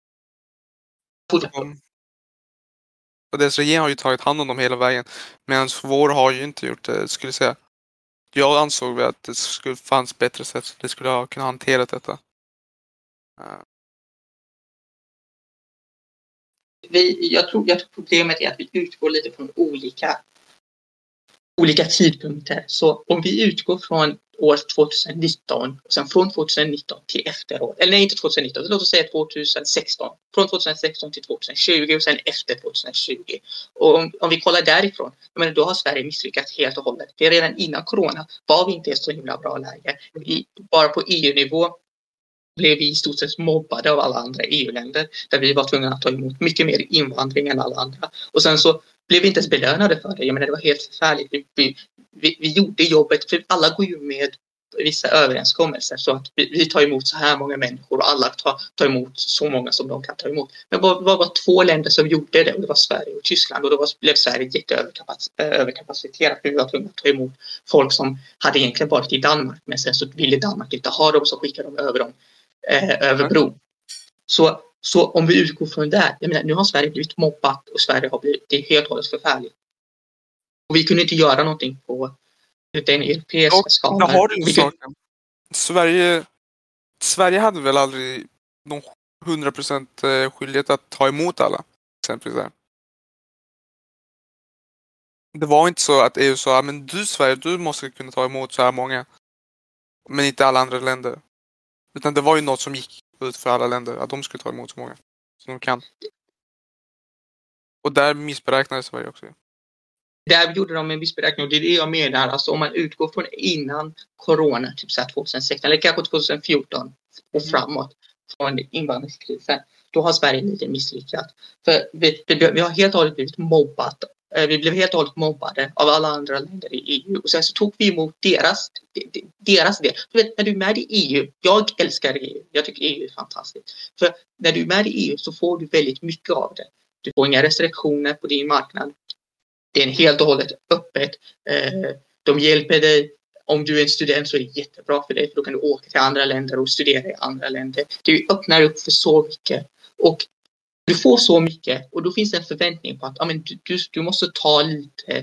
Och deras regering har ju tagit hand om dem hela vägen. Medan vår har ju inte gjort det, skulle jag säga. Jag ansåg att det fanns bättre sätt så det skulle ha kunnat hantera detta. Jag tror problemet är att vi utgår lite från olika tidpunkter. Så om vi utgår från år 2019 och sen från 2019 till efteråt, eller nej, inte 2019, låt oss säga 2016. Från 2016 till 2020 och sen efter 2020. Och om vi kollar därifrån, då har Sverige misslyckats helt och hållet. För redan innan corona var vi inte i så himla bra läge. Bara på EU-nivå blev vi i stort sett mobbade av alla andra EU-länder där vi var tvungna att ta emot mycket mer invandring än alla andra. Och sen så blev vi inte ens belönade för det. Det var helt förfärligt. Vi gjorde jobbet, för alla går ju med vissa överenskommelser så att vi tar emot så här många människor och alla tar emot så många som de kan ta emot. Men det var 2 länder som gjorde det och det var Sverige och Tyskland och då blev Sverige jätteöverkapaciterat för vi var tvungna att ta emot folk som hade egentligen varit i Danmark men sen så ville Danmark inte ha dem så skickade de över dem över bron. Så om vi utgår från det, nu har Sverige blivit mobbat och Sverige har blivit, det är helt och hållet förfärligt. Och vi kunde inte göra någonting på den europeiska skalan. Har du saken. Sverige hade väl aldrig någon 100% skyldighet att ta emot alla. Exempelvis där. Det var inte så att EU sa, men du Sverige, du måste kunna ta emot så här många. Men inte alla andra länder. Utan det var ju något som gick ut för alla länder, att de skulle ta emot så många som de kan. Och där missberäknade Sverige också. Där gjorde de en viss beräkning och det är det jag menar. Alltså om man utgår från innan corona, typ så här 2016 eller kanske 2014 och framåt från invandringskrisen, då har Sverige lite misslyckats. För vi har helt och hållet blivit mobbat. Vi blev helt och hållet mobbade av alla andra länder i EU. Och sen så tog vi emot deras del. Du vet, när du är med i EU, jag älskar EU. Jag tycker EU är fantastiskt. För när du är med i EU så får du väldigt mycket av det. Du får inga restriktioner på din marknad. Det är helt och hållet öppet. De hjälper dig. Om du är en student så är det jättebra för dig. För då kan du åka till andra länder och studera i andra länder. Det öppnar upp för så mycket. Och du får så mycket. Och då finns det en förväntning på att du måste ta lite.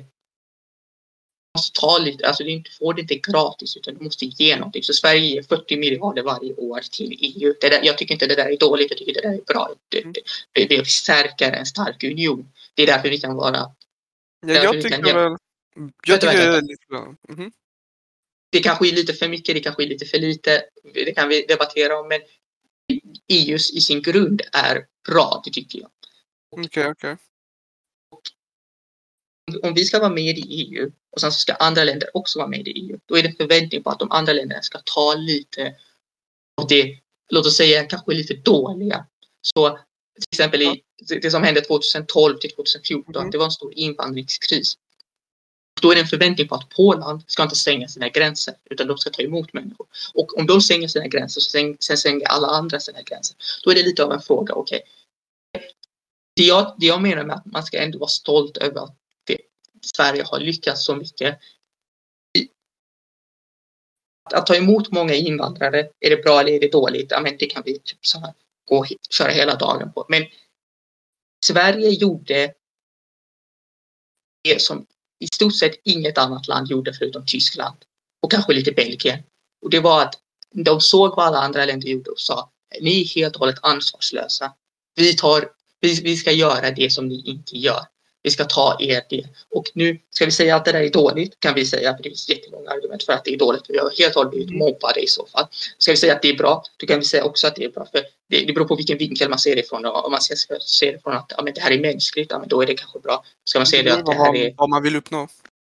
Alltså du får det inte gratis utan du måste ge någonting. Så Sverige ger 40 miljarder varje år till EU. Jag tycker inte det där är dåligt. Jag tycker det där är bra. Det stärker en stark union. Det är därför vi kan vara... Jag tycker det är lite bra. Mm-hmm. Det kanske är lite för mycket, det kanske är lite för lite. Det kan vi debattera om, men EU i sin grund är bra, det tycker jag. Okej. Om vi ska vara med i EU och sen så ska andra länder också vara med i EU, då är det förväntning på att de andra länderna ska ta lite av det, låt oss säga kanske lite dåliga. Så till exempel det som hände 2012 till 2014, det var en stor invandringskris. Då är det en förväntning på att Polen ska inte stänga sina gränser utan de ska ta emot människor. Och om de stänger sina gränser så sen stänger alla andra sina gränser. Då är det lite av en fråga, okej. Det jag menar med att man ska ändå vara stolt över att Sverige har lyckats så mycket. Att ta emot många invandrare, är det bra eller är det dåligt? Ja, men det kan vi typ så här köra hela dagen på. Men Sverige gjorde det som i stort sett inget annat land gjorde förutom Tyskland och kanske lite Belgien. Och det var att de såg vad alla andra länder gjorde och sa, ni är helt och hållet ansvarslösa. Vi ska göra det som ni inte gör. Vi ska ta er det. Och nu ska vi säga att det där är dåligt, kan vi säga, för det finns jättemånga argument för att det är dåligt. Vi har helt och hållet blivit mobbade i så fall. Ska vi säga att det är bra, då kan vi säga också att det är bra. För det beror på vilken vinkel man ser det ifrån. Om man ska se det från att det här är mänskligt, men då är det kanske bra. Ska man se det att det här är... Vad man vill uppnå.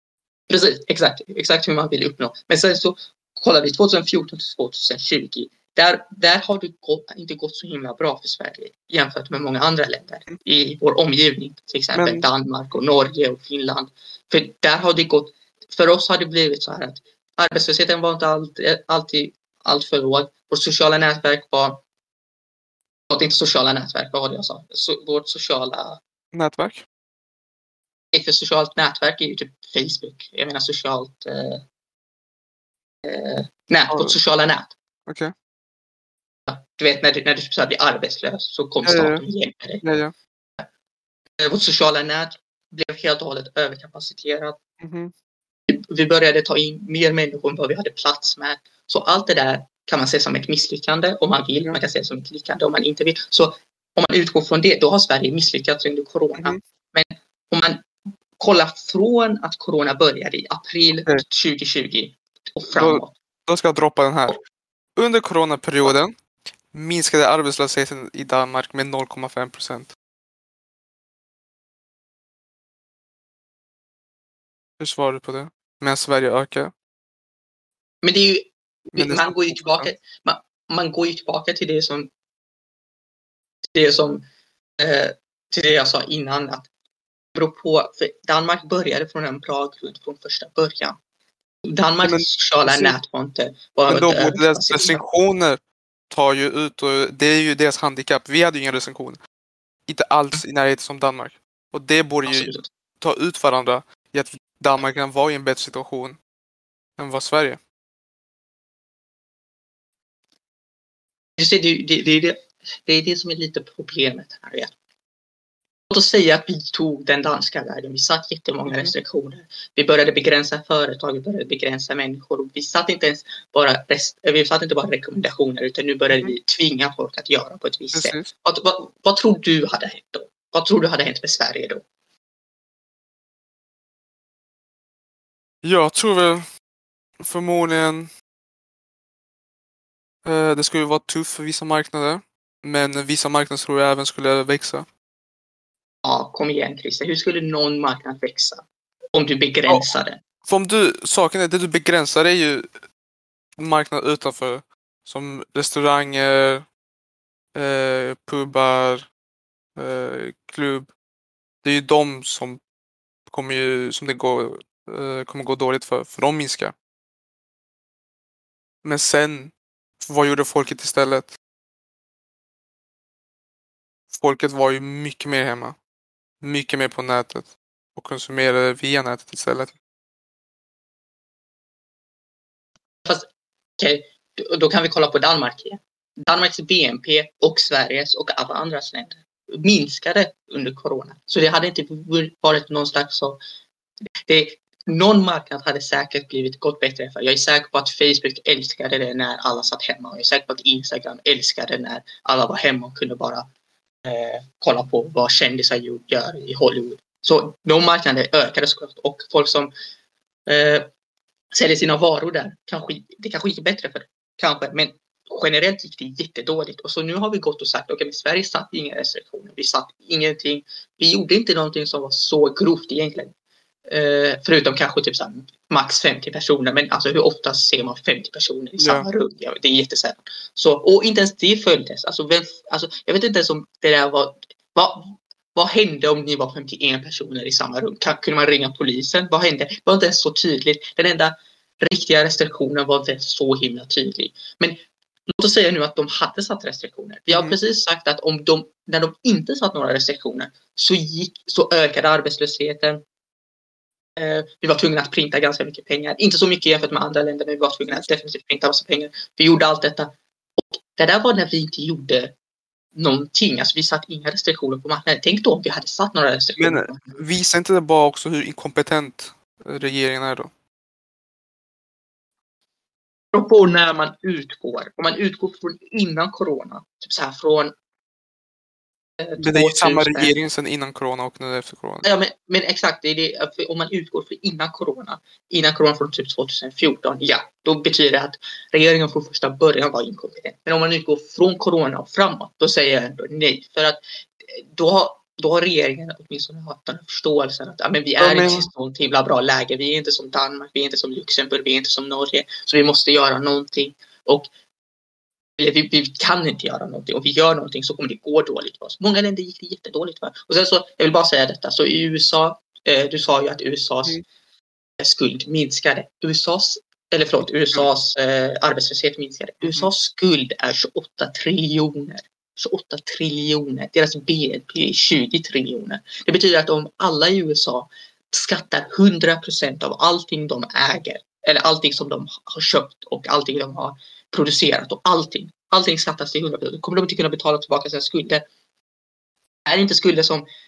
Precis, exakt hur man vill uppnå. Men sen så kollar vi 2014 till 2020. där har det inte gått så himla bra för Sverige jämfört med många andra länder i vår omgivning. Till exempel Danmark och Norge och Finland. För där har det gått, för oss har det blivit så här att arbetslösheten var inte alltid allt för låg. Vårt sociala nätverk var inte sociala nätverk, vad var det jag sa? Vårt sociala nätverk? För socialt nätverk är ju typ Facebook. Jag menar socialt nät, vårt sociala nät. Okej. Du vet när du så blir arbetslös så kommer staten och hjälper dig. Ja. Vårt sociala nät blev helt och hållet överkapaciterat. Mm-hmm. Vi började ta in mer människor än vad vi hade plats med. Så allt det där kan man se som ett misslyckande om man vill. Man kan se det som ett lyckande om man inte vill. Så om man utgår från det, då har Sverige misslyckats under corona. Mm-hmm. Men om man kollar från att corona började i april 2020 och framåt. Då ska jag droppa den här. Under coronaperioden minskade arbetslösheten i Danmark med 0,5%. Hur svarar du på det? Medan Sverige ökar? Men det är ju, man går ju tillbaka till det som till det jag sa innan, att det beror på, för Danmark började från en bra grund från första början. Danmarks sociala nät var inte deras restriktioner tar ju ut, och det är ju deras handikapp. Vi hade ju inga restriktioner. Inte alls i närheten som Danmark. Och det borde ju ta ut varandra i att Danmark kan vara i en bättre situation än vad Sverige. Det är det som är lite problemet här. Låt oss säga att vi tog den danska vägen. Vi satt jättemånga restriktioner. Vi började begränsa företag, vi började begränsa människor. Vi satt inte bara rekommendationer, utan nu började vi tvinga folk att göra på ett visst sätt. Vad tror du hade hänt då? Vad tror du hade hänt med Sverige då? Jag tror väl förmodligen det skulle vara tufft för vissa marknader. Men vissa marknader tror jag även skulle växa. Ja, kom igen Christer. Hur skulle någon marknad växa om du begränsar den? Saken är, det du begränsar är ju marknad utanför. Som restauranger, pubbar, klubb. Det är ju de som kommer gå dåligt för de minskar. Men sen, vad gjorde folket istället? Folket var ju mycket mer hemma. Mycket mer på nätet. Och konsumerade via nätet istället. Fast, okej, då kan vi kolla på Danmark igen. Danmarks BNP och Sveriges och alla andras länder minskade under corona. Så det hade inte varit någon slags så... Någon marknad hade säkert gått bättre för. Jag är säker på att Facebook älskade det när alla satt hemma. Jag är säker på att Instagram älskade när alla var hemma och kunde bara kolla på vad kändisar gör i Hollywood. Så de marknaderna ökade såklart. Och folk som säljer sina varor där, det kanske gick bättre för det. Kanske, men generellt gick det jättedåligt. Och så nu har vi gått och sagt, okej, Sverige satt inga restriktioner. Vi satt ingenting. Vi gjorde inte någonting som var så grovt egentligen. Förutom kanske typ så max 50 personer. Men alltså hur ofta ser man 50 personer i samma rum? Ja, det är jättesällan. Och inte ens det följdes. Alltså, jag vet inte ens om det där var... Vad hände om ni var 51 personer i samma rum? Kunde man ringa polisen? Vad hände? Det var inte ens så tydligt. Den enda riktiga restriktionen var inte så himla tydlig. Men låt oss säga nu att de hade satt restriktioner. Vi har precis sagt att när de inte satt några restriktioner så ökade arbetslösheten. Vi var tvungna att printa ganska mycket pengar. Inte så mycket jämfört med andra länder, men vi var tvungna att definitivt printa massa pengar. Vi gjorde allt detta. Och det där var när vi inte gjorde någonting. Alltså vi satt inga restriktioner på marknaden. Tänk då om vi hade satt några restriktioner. Men visar inte det bara också hur inkompetent regeringen är då? På när man utgår. Om man utgår från innan corona. Typ så här från... Det är ju samma regering sedan innan corona och nu efter corona. Ja, men exakt. Det är det, om man utgår från innan corona från typ 2014, ja, då betyder det att regeringen från första början var inkompetent. Men om man utgår från corona och framåt, då säger jag ändå nej. För att då har regeringen åtminstone haft den förståelsen att men vi är inte i sånt himla bra läge. Vi är inte som Danmark, vi är inte som Luxemburg, vi är inte som Norge. Så vi måste göra någonting. Och vi kan inte göra någonting. Om vi gör någonting så kommer det gå dåligt för oss. Många länder gick det jättedåligt för. Och sen så, jag vill bara säga detta. Så i USA, du sa ju att USAs skuld minskade. USAs arbetslöshet minskade. USAs skuld är 28 triljoner. 28 triljoner. Deras BNP är 20 triljoner. Det betyder att om alla i USA skattar 100% av allting de äger, eller allting som de har köpt och allting de har producerat och allting skattas till 100%, då kommer de inte kunna betala tillbaka sina skulder. Det är inte skulder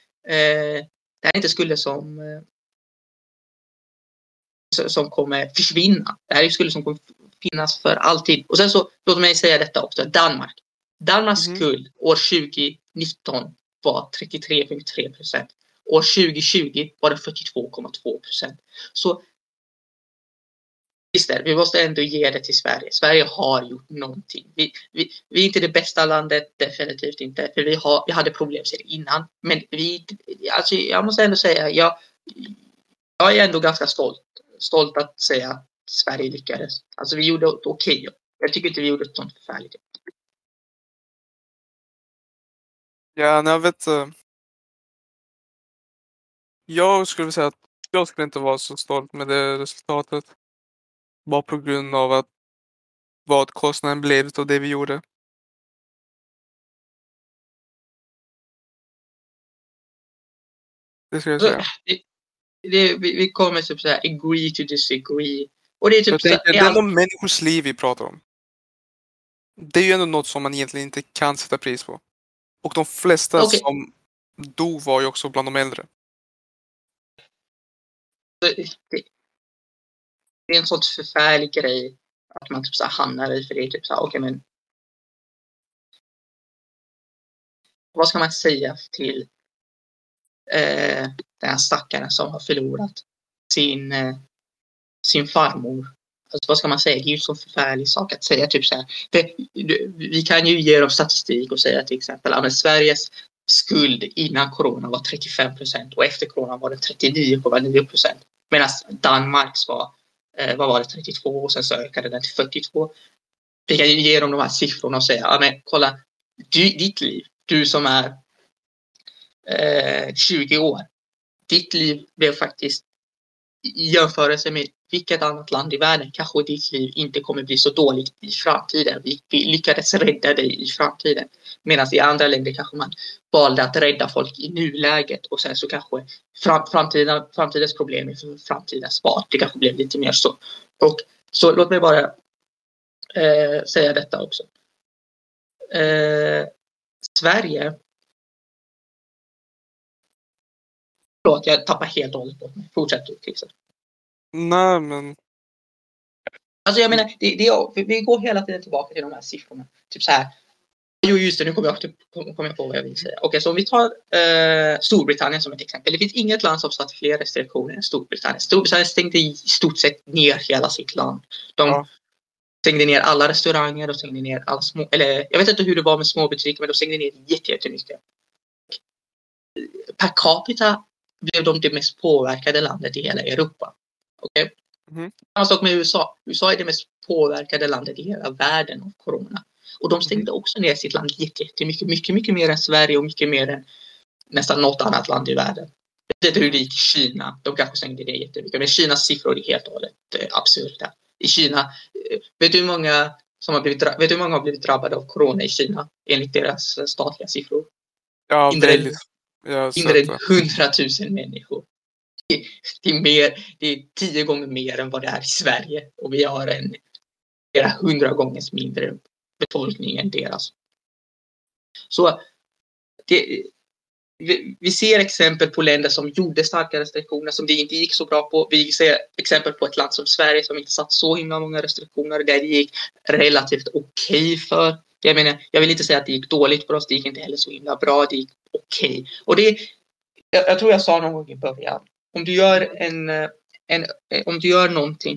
som kommer försvinna. Det här är skulder som kommer finnas för alltid. Och sen så, låt mig säga detta också, Danmarks skuld år 2019 var 33,3%. År 2020 var det 42,2%. Så visst är, vi måste ändå ge det till Sverige. Sverige har gjort någonting. Vi är inte det bästa landet, definitivt inte. För vi hade problem sedan innan. Men alltså jag måste ändå säga, jag är ändå ganska stolt att säga att Sverige lyckades. Alltså vi gjorde ett okej. Jag tycker inte vi gjorde ett sånt förfärligt. Ja, jag vet. Jag skulle säga att jag skulle inte vara så stolt med det resultatet. Bara på grund av att vad kostnaden blev av det vi gjorde. Det ska jag säga. Vi kommer typ såhär agree to disagree. Och det är typ det är ändå människors liv vi pratar om. Det är ju ändå något som man egentligen inte kan sätta pris på. Och de flesta som dog var ju också bland de äldre. Det är en sorts förfärlig grej att man typ så hamnar i, för det är typ så här, okej, men vad ska man säga till den här stackaren som har förlorat sin farmor? Alltså, vad ska man säga? Det är ju en så förfärlig sak att säga typ så här. Vi kan ju ge dem statistik och säga till exempel att Sveriges skuld innan corona var 35% och efter corona var det 39,9%. Medan Danmarks var vad var det, 32 och sen så ökade den till 42. Vi kan ju ge dem de här siffrorna och säga, ja men kolla, ditt liv, du som är 20 år, ditt liv blev faktiskt i jämförelse med vilket annat land i världen kanske ditt liv inte kommer bli så dåligt i framtiden. Vi lyckades rädda dig i framtiden. Medan i andra länder kanske man valde att rädda folk i nuläget och sen så kanske framtidens problem är för framtidens svar. Det kanske blev lite mer så. Och så låt mig bara säga detta också. Sverige. Förlåt, jag tappar helt och hållet bort mig. Fortsätt du, Christer. Nej, men... Alltså jag menar, vi går hela tiden tillbaka till de här siffrorna. Typ så här. Jo, just det, nu kommer jag på vad jag vill säga. Okej, så om vi tar Storbritannien som ett exempel. Det finns inget land som satt fler restriktioner än Storbritannien. Storbritannien stängde i stort sett ner hela sitt land. De stängde ner alla restauranger, de stängde ner alla små... Eller jag vet inte hur det var med små butiker, men de stängde ner jättemycket. Per capita blev de det mest påverkade landet i hela Europa. Okej? Samma sak med USA. USA är det mest påverkade landet i hela världen av corona. Och de stängde också ner sitt land jättemycket. Mycket mer än Sverige och mycket mer än nästan något annat land i världen. Jag vet inte hur det gick i Kina. De kanske stängde det jättemycket. Men Kinas siffror är helt och hållet absurda. I Kina, vet du hur många har blivit drabbade av corona i Kina enligt deras statliga siffror? Ja, mindre än 100 000 människor. Det är 10 gånger mer än vad det är i Sverige. Och vi har flera 100 gånger mindre befolkning än deras. Så vi ser exempel på länder som gjorde starka restriktioner som det inte gick så bra på. Vi ser exempel på ett land som Sverige som inte satt så himla många restriktioner där det gick relativt okej för. Jag menar, jag vill inte säga att det gick dåligt för oss, det gick inte heller så himla bra, det gick okej. Och jag tror jag sa någon gång i början, om du gör någonting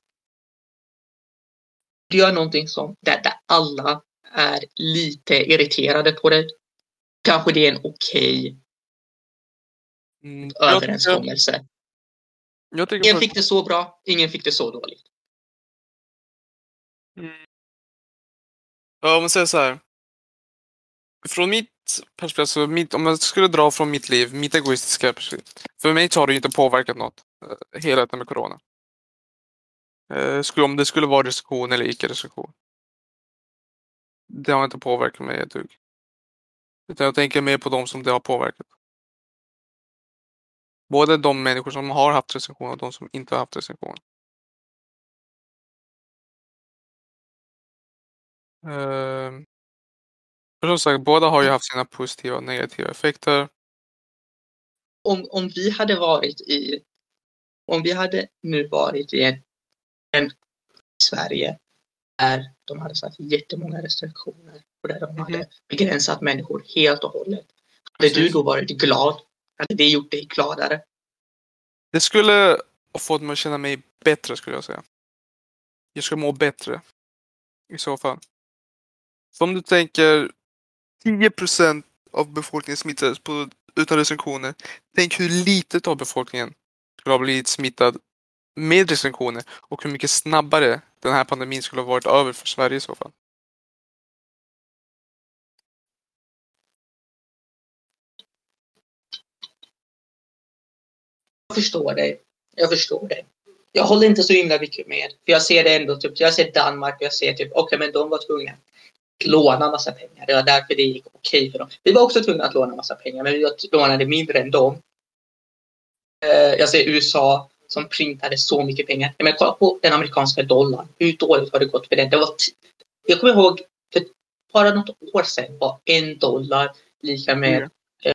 som där alla är lite irriterade på dig, kanske det är en okej överenskommelse. Ingen fick det så bra, ingen fick det så dåligt. Ja, om man säger så här. Från mitt perspektiv, så om jag skulle dra från mitt liv, mitt egoistiska perspektiv. För mig så har det ju inte påverkat något. Hela detta med corona. Om det skulle vara restriktion eller icke-restriktion. Det har inte påverkat mig ett dugg. Utan jag tänker mer på de som det har påverkat. Både de människor som har haft restriktioner och de som inte har haft restriktioner. För som sagt, båda har ju haft sina positiva och negativa effekter. Om vi hade varit i... Om vi hade nu varit i en Sverige där de hade satt jättemånga restriktioner och där de hade begränsat människor helt och hållet. Hade du då varit glad? Hade det gjort dig gladare? Det skulle ha fått mig att känna mig bättre, skulle jag säga. Jag skulle må bättre. I så fall. Så om du tänker 10% av befolkningen smittades utan restriktioner. Tänk hur litet av befolkningen skulle ha blivit smittad med restriktioner. Och hur mycket snabbare den här pandemin skulle ha varit över för Sverige i så fall. Jag förstår dig. Jag håller inte så himla mycket med. För jag ser det ändå, typ, jag ser Danmark och jag ser typ, okej, men de var tvungna att låna massa pengar. Det var därför det gick okej för dem. Vi var också tvungna att låna massa pengar, men vi lånade mindre än dem. Jag ser USA som printade så mycket pengar. Men kolla på den amerikanska dollarn. Hur dåligt har det gått för den? Jag kommer ihåg, för bara något år sedan var $1 lika med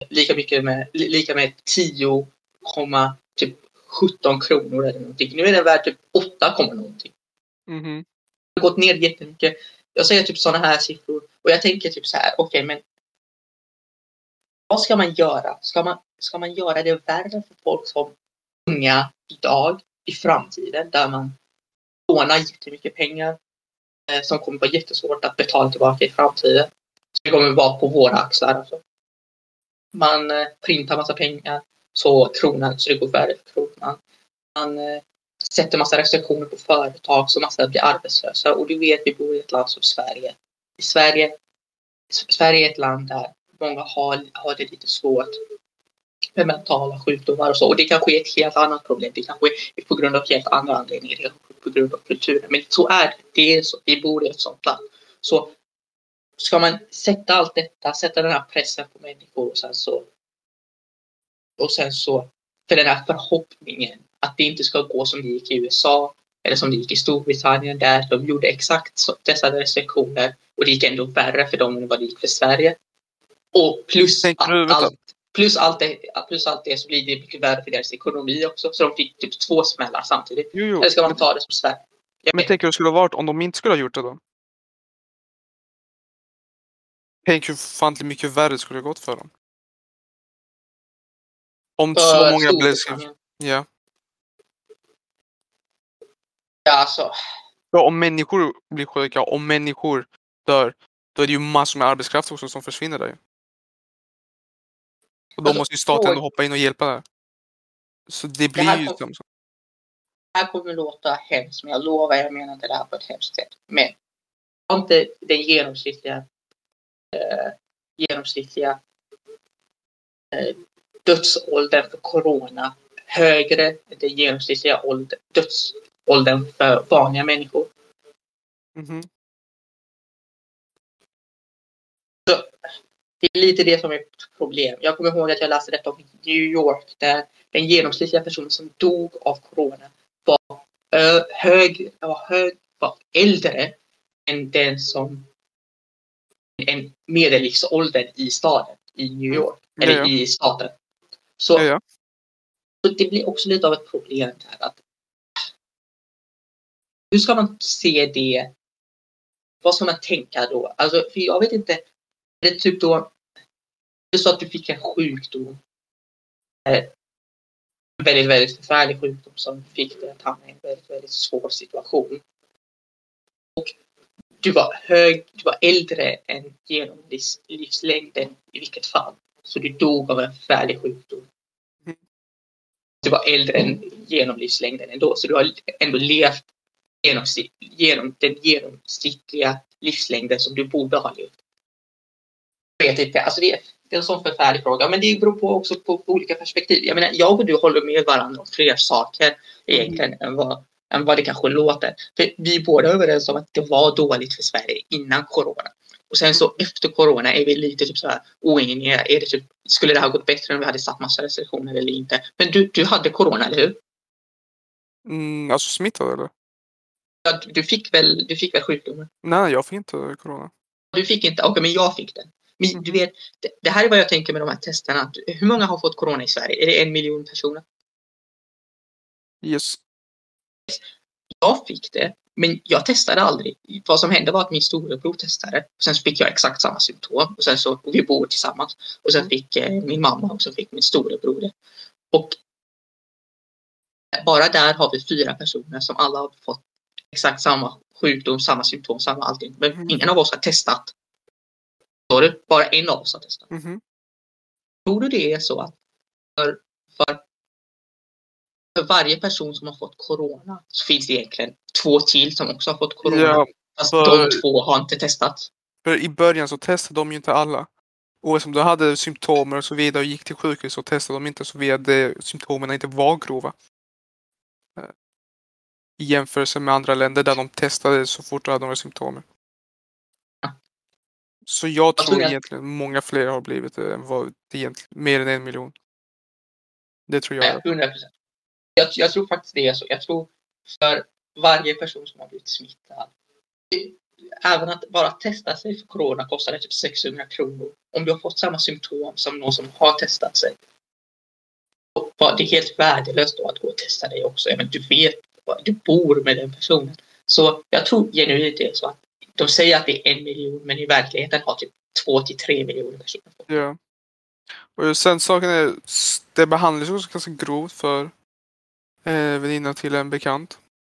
10,17 kronor eller någonting. Nu är den värd typ 8, någonting. Det har gått ner jättemycket. Jag säger typ sådana här siffror. Och jag tänker typ så här, okej, men vad ska man göra? Ska man göra det värre för folk som unga idag, i framtiden, där man lånar jättemycket pengar som kommer vara jättesvårt att betala tillbaka i framtiden. Så det kommer vara på våra axlar. Alltså. Man printar massa pengar så det går värre för kronan. Man sätter massa restriktioner på företag så massa blir arbetslösa. Och du vet, vi bor i ett land som Sverige. Sverige är ett land där många har det lite svårt med mentala sjukdomar och så. Och det kanske är ett helt annat problem. Det kanske är på grund av helt andra anledningar. Det kanske är på grund av kulturen. Men så är det. Det är så. Vi bor i ett sånt land. Så ska man sätta allt detta, sätta den här pressen på människor och sen så för den här förhoppningen att det inte ska gå som det gick i USA eller som det gick i Storbritannien där de gjorde exakt dessa restriktioner och det gick ändå värre för dem än vad det gick för Sverige. Och plus allt det så blir det mycket värre för deras ekonomi också. Så de fick typ 2 smällar samtidigt. Eller ska man ta det som Sverige? Men tänk hur det skulle ha varit om de inte skulle ha gjort det då? Tänk hur fan mycket värre skulle det gått för dem. Om så många blev skrivna. Ja. Ja, alltså. Ja, om människor blir sjuka, om människor dör, då är det ju massor med arbetskraft också som försvinner där. Och då måste ju staten hoppa in och hjälpa där. Så det blir ju som så. Det här kommer låta hemskt, men jag lovar, jag menar inte det här på ett hemskt sätt. Men har inte den genomsnittliga dödsåldern för corona högre än den genomsnittliga dödsåldern för vanliga människor? Så det är lite det som är ett problem. Jag kommer ihåg att jag läste detta om New York där den genomsnittliga personen som dog av corona var äldre än en medellivsåldern i staden i New York eller i staten. Så det blir också lite av ett problem här att hur ska man se det? Vad ska man tänka då? Alltså, för jag vet inte. Det är typ då det är så att du fick en sjukdom. En väldigt, väldigt förfärlig sjukdom som fick dig att hamna i en väldigt, väldigt svår situation. Och du var äldre än genomlivslängden i vilket fall. Så du dog av en förfärlig sjukdom. Du var äldre än genomlivslängden ändå. Så du har ändå levt genom den genomsnittliga livslängden som du borde ha levt. Jag vet inte, alltså det är en sån förfärlig fråga, men det beror på också på olika perspektiv. Jag menar, jag och du håller med varandra om fler saker egentligen än vad det kanske låter. För vi båda är överens om att det var dåligt för Sverige innan corona. Och sen så efter corona är vi lite typ så här oeniga. Är det typ, skulle det ha gått bättre om vi hade satt massa restriktioner eller inte? Men du hade corona, eller hur? Alltså smittad eller? Ja, du fick väl sjukdomen? Nej, jag fick inte corona. Du fick inte? Okej, men jag fick den. Men du vet, det här är vad jag tänker med de här testerna. Hur många har fått corona i Sverige? Är det 1 miljon personer? Yes. Jag fick det, men jag testade aldrig. Vad som hände var att min storebror testade. Och sen fick jag exakt samma symptom. Och sen så vi bor tillsammans. Och sen fick min mamma och så fick min storebror det. Och bara där har vi 4 personer som alla har fått exakt samma sjukdom, samma symptom, samma allting. Men ingen av oss har testat. Bara en av oss har testat. Tror du det är så att för varje person som har fått corona så finns det egentligen 2 till som också har fått corona. Ja, fast de 2 har inte testat. För i början så testade de ju inte alla. Och som du hade symptomer och så vidare och gick till sjukhus så testade de inte så vidare symptomen inte var grova. I jämförelse med andra länder där de testade så fort de hade några symptomer. Så jag tror egentligen många fler har blivit än vad det egentligen mer än 1 miljon. Det tror jag. 100%. Jag tror faktiskt det är så. Jag tror för varje person som har blivit smittad. Även att bara testa sig för corona kostar det typ 600 kronor. Om du har fått samma symptom som någon som har testat sig. Det är helt värdelöst då att gå och testa dig också. Men du vet, du bor med den personen. Så jag tror genuint det är så att de säger att det är 1 miljon men i verkligheten har typ 2-3 miljoner personer. Ja. Och sen saken är, det behandlas också ganska grovt för väninnan till en bekant.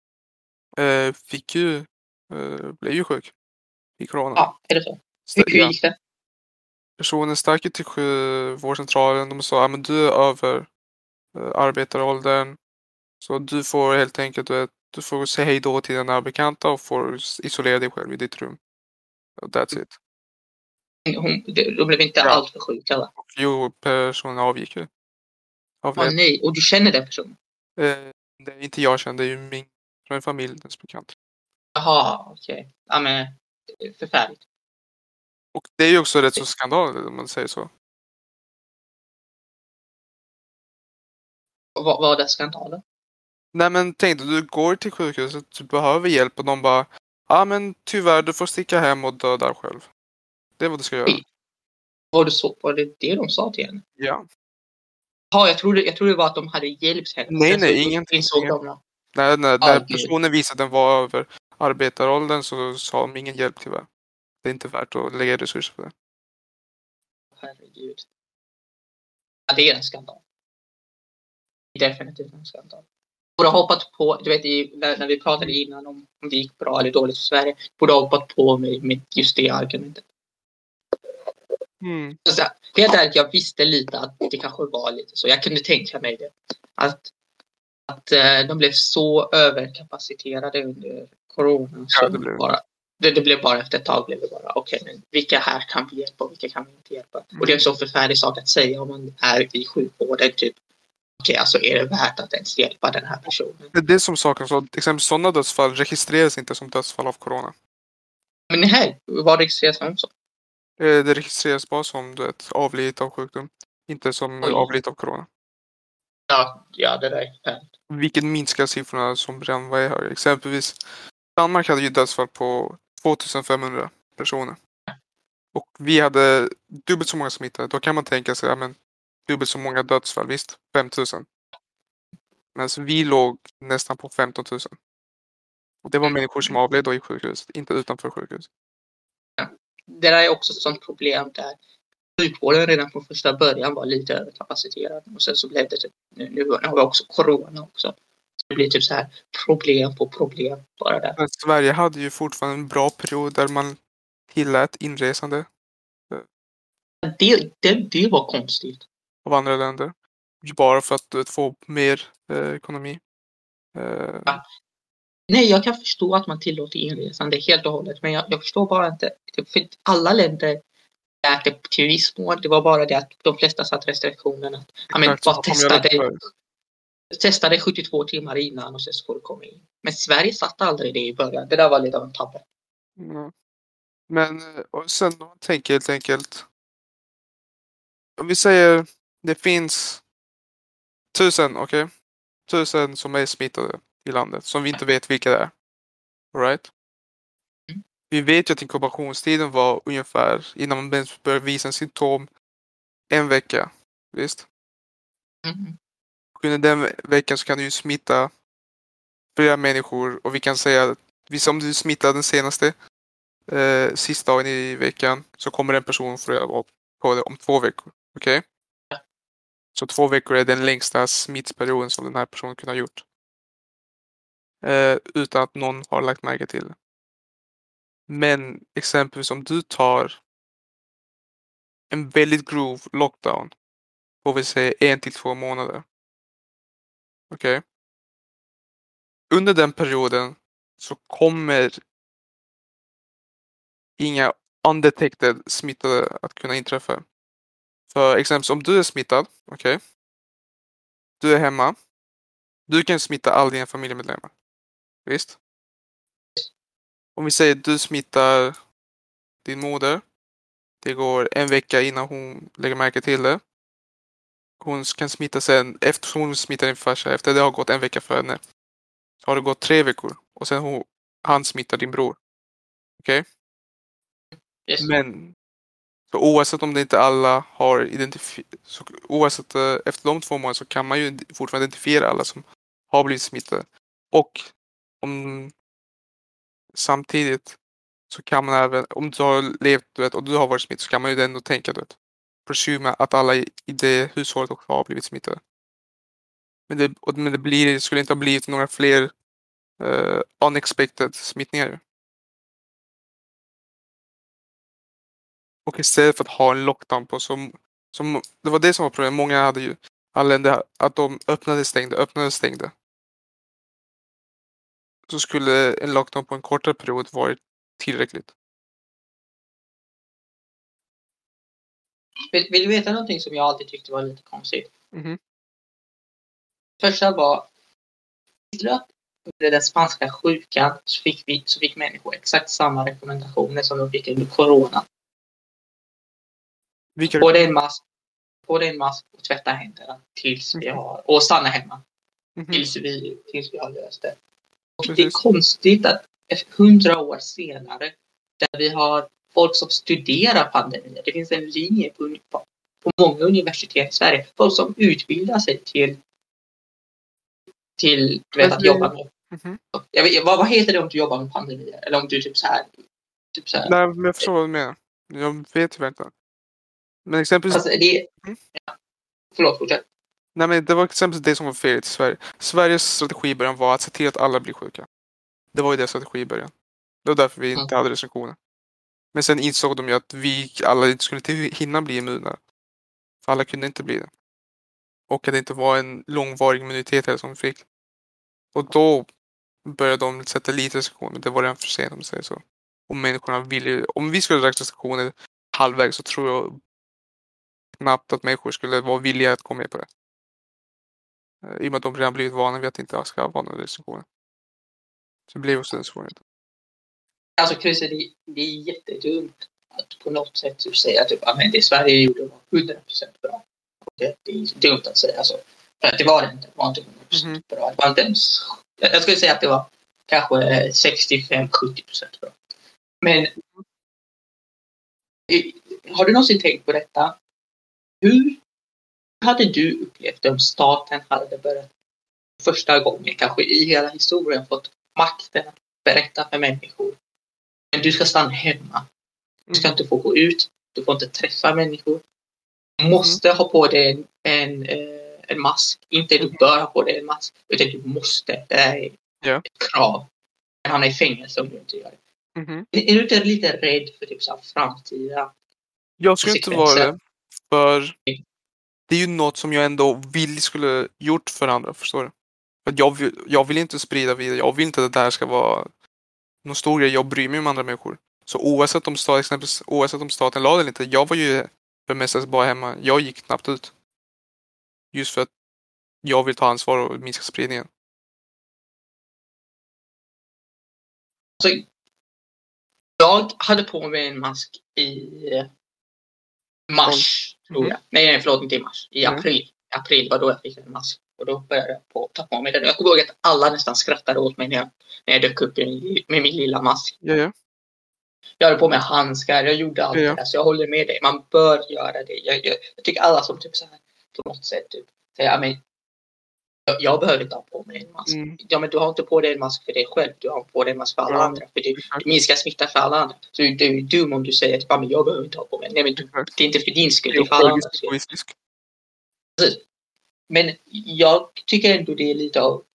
Blev ju sjuk i corona. Ja, är det så? Hur gick det? Personen stack ju till vårdcentralen. De sa att du är över arbetaråldern. Så du får helt enkelt du får säga hej då till dina bekanta och får isolera dig själv i ditt rum. That's it. De blev inte allt för sjuka, va? Jo, personen avgick ju. Nej, och du känner den personen? Det är inte jag känner, det är ju från en familjens bekant. Jaha, okej. Ja, men förfärligt. Och det är ju också rätt så skandal om man säger så. Vad är skandalen? Nej, men tänk dig, du går till sjukhuset, du behöver hjälp och de bara men tyvärr, du får sticka hem och dö där själv. Det är vad du ska göra. Var det de sa till henne? Ja. Ja, jag tror det var att de hade hjälpt henne. Nej, ingenting. Nej, när personen visade att den var över arbetaråldern så sa de ingen hjälp tyvärr. Det är inte värt att lägga resurser på det. Herregud. Ja, det är en skandal. Det är definitivt en skandal. Borde ha hoppat på, du vet, när vi pratade innan om det gick bra eller dåligt för Sverige, borde ha hoppat på med just det argumentet. Så helt ärligt, jag visste lite att det kanske var lite så. Jag kunde tänka mig det. Att de blev så överkapaciterade under corona. Ja, det blev bara efter ett tag blev det bara okej, men vilka här kan vi hjälpa och vilka kan vi inte hjälpa? Och det är en så förfärlig sak att säga om man är i sjukvården typ. Okej, alltså är det värt att ens hjälpa den här personen? Det är som saken så, till exempel sådana dödsfall registreras inte som dödsfall av corona. Men nej, vad registreras som så? Det registreras bara som avlidit av sjukdom. Inte som avlidit av corona. Ja, det där är färdigt. Vilket minskar siffrorna som redan var högre. Exempelvis Danmark hade ju dödsfall på 2500 personer. Och vi hade dubbelt så många smittade. Då kan man tänka sig, dubbelt så många dödsfall, visst, 5000. Men så vi låg nästan på 15 000. Och det var människor som avled då i sjukhus, inte utanför sjukhus. Det där är också ett sånt problem där sjukvården redan från första början var lite överkapaciterad. Och sen så blev det typ, nu har vi också corona också. Så det blir typ så här problem på problem bara där. Men Sverige hade ju fortfarande en bra period där man tillät inresande. Det var konstigt. Av andra länder. Bara för att få mer ekonomi. Nej, jag kan förstå att man tillåter inresande helt och hållet, men jag förstår bara inte. För alla länder lät det till viss mån. Det var bara det att de flesta satt restriktionen att bara testa det 72 timmar innan och sen så får du komma in. Men Sverige satt aldrig det i början. Det där var lite av en tabbe. Mm. Men och sen om man tänker helt enkelt. Om vi säger det finns 1000, okej? 1000 som är smittade i landet som vi inte vet vilka det är. All right? Mm. Vi vet ju att inkubationstiden var ungefär innan man ens börjar visa en symptom 1 vecka. Visst? Mm. Under den veckan så kan du ju smitta flera människor och vi kan säga att om du smittar den senaste sista dagen i veckan så kommer en person få på det om 2 veckor. Okej? Så 2 veckor är den längsta smittsperioden som den här personen kunde ha gjort. Utan att någon har lagt märke till det. Men exempelvis om du tar en väldigt grov lockdown på vi säga 1 till 2 månader. Okej? Under den perioden så kommer inga undetected smittade att kunna inträffa. För exempel om du är smittad, okej? Du är hemma. Du kan smitta alla dina familjemedlemmar. Visst? Om vi säger att du smittar din moder. Det går 1 vecka innan hon lägger märke till det. Hon kan smitta sen, eftersom hon smittar din farsa, efter det har gått 1 vecka för henne. Så har det gått 3 veckor. Och sen han smittar din bror. Okej? Yes. Men så oavsett om det inte alla har oavsett efter de 2 månaderna så kan man ju fortfarande identifiera alla som har blivit smittade. Och samtidigt så kan man även, om du har levt och du har varit smittad så kan man ju ändå tänka presume att alla i det hushållet också har blivit smittade. Men det skulle inte ha blivit några fler unexpected smittningar. Och istället för att ha en lockdown på som det var det som var problemet. Många hade ju alla att de öppnade stängde. Så skulle en lockdown på en kortare period varit tillräckligt. Vill du veta någonting som jag alltid tyckte var lite konstigt? Mhm. Första var att under den spanska sjukan så fick människor exakt samma rekommendationer som de fick under corona. På det en mask och tvätta händerna tills vi har och stanna hemma. Tills vi har löst det. Och det är konstigt att 100 år senare där vi har folk som studerar pandemier. Det finns en linje på många universitet i Sverige. Folk som utbildar sig till att jobba med. Vad heter det om du jobbar med pandemier? Eller om du typ så här. Nej, men jag förstår vad du menar. Jag vet ju inte. Men exempelvis... Alltså, Förlåt, fortsätt. Nej, men det var exempelvis det som var fel i Sverige. Sveriges strategi i början var att se till att alla blir sjuka. Det var ju det strategi i början. Det var därför vi inte hade restriktioner. Men sen insåg de ju att vi alla inte skulle hinna bli immuna. För alla kunde inte bli det. Och att det inte var en långvarig immunitet heller som vi fick. Och då började de sätta lite restriktioner. Men det var redan för sent om man säger så. Och människorna ville... Om vi skulle ha restriktioner halvvägs så tror jag knappt att människor skulle vara villiga att komma med på det. I och med att de redan blivit vana vid att inte ska vara några restriktioner. Så blev också en svårighet. Alltså Chris, det är jättedumt att på något sätt säga att det Sverige gjorde var 100% bra. Det är dumt att säga så. För att det var inte 100% bra. Det var inte ens, jag skulle säga att det var kanske 65-70% bra. Men har du någonsin tänkt på detta? Hur hade du upplevt om staten hade börjat första gången kanske i hela historien fått makten att berätta för människor? Men du ska stanna hemma. Du ska inte få gå ut. Du får inte träffa människor. Du måste ha på dig en mask. Inte du bör ha på dig en mask. Utan du måste. Det är ett krav. Du hamnar i fängelse om du inte gör det. Är du inte lite rädd för typ så framtida? Jag skulle inte vara det. För det är ju något som jag ändå skulle gjort för andra. Förstår du? Jag vill inte sprida vidare. Jag vill inte att det här ska vara någon stor grej. Jag bryr mig om andra människor. Så oavsett om staten la det eller inte. Jag var ju för det mesta bara hemma. Jag gick knappt ut. Just för att jag vill ta ansvar och minska spridningen. Så jag hade på mig en mask i mars, tror jag. Nej, förlåt, inte i mars. I april. April var då jag fick en mask. Och då började jag på att ta på mig den. Jag kommer ihåg att alla nästan skrattade åt mig när jag dök upp med min lilla mask. Ja. Jag hade på mig handskar, jag gjorde allt det där. Så jag håller med dig. Man bör göra det. Jag tycker alla som typ så här på något sätt typ säger, men jag behöver inte ha på mig en mask. Ja, men du har inte på dig en mask för dig själv. Du har på dig en mask för alla andra. För det minskar smittan för alla andra. Så du är dum om du säger att men jag behöver inte ha på mig. Nej, men det är inte för din skull. Det är för alla andra skull. Precis. Men jag tycker ändå det är lite av...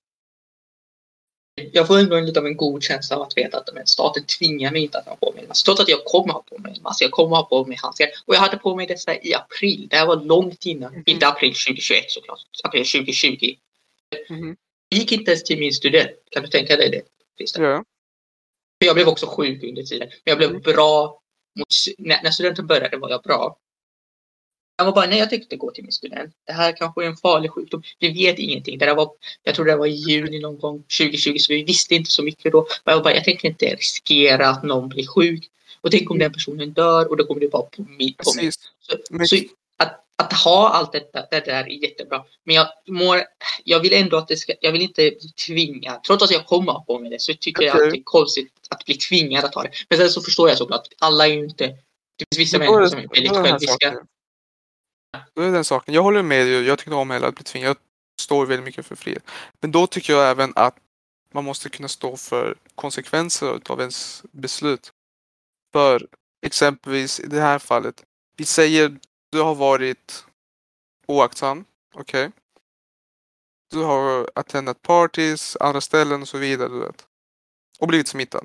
Jag får ändå lite av en god känsla av att veta att staten tvingar mig inte att ha på mig en mask. Trots att jag kommer ha på mig en mask. Jag kommer ha på mig handskar. Och jag hade på mig dessa i april. Det här var långt innan. Inte april 2021 såklart. April 2020. Jag gick inte ens till min student. Kan du tänka dig det? Ja. Jag blev också sjuk under tiden. Men jag blev bra. När studenten började var jag bra. Jag var bara, nej, jag tänkte gå till min student. Det här kanske är en farlig sjukdom. Vi vet ingenting. Jag tror det var i juni någon gång 2020. Så vi visste inte så mycket då. Jag tänker inte riskera att någon blir sjuk. Och tänk om den personen dör. Och då kommer det bara på mig. Så att ha allt det där är jättebra. Men jag vill ändå att jag vill inte bli tvingad. Trots att jag kommer på mig det så tycker jag att det är konstigt att bli tvingad att ha det. Men sen så förstår jag såklart att alla är ju inte... Det finns vissa människor som är väldigt själviska. Då är den saken. Jag håller med dig. Jag tycker om att bli tvingad. Jag står väldigt mycket för frihet. Men då tycker jag även att man måste kunna stå för konsekvenser av ens beslut. För exempelvis i det här fallet. Vi säger du har varit oaktsam. Okej. Du har attendat parties, andra ställen och så vidare. Du vet. Och blivit smittad.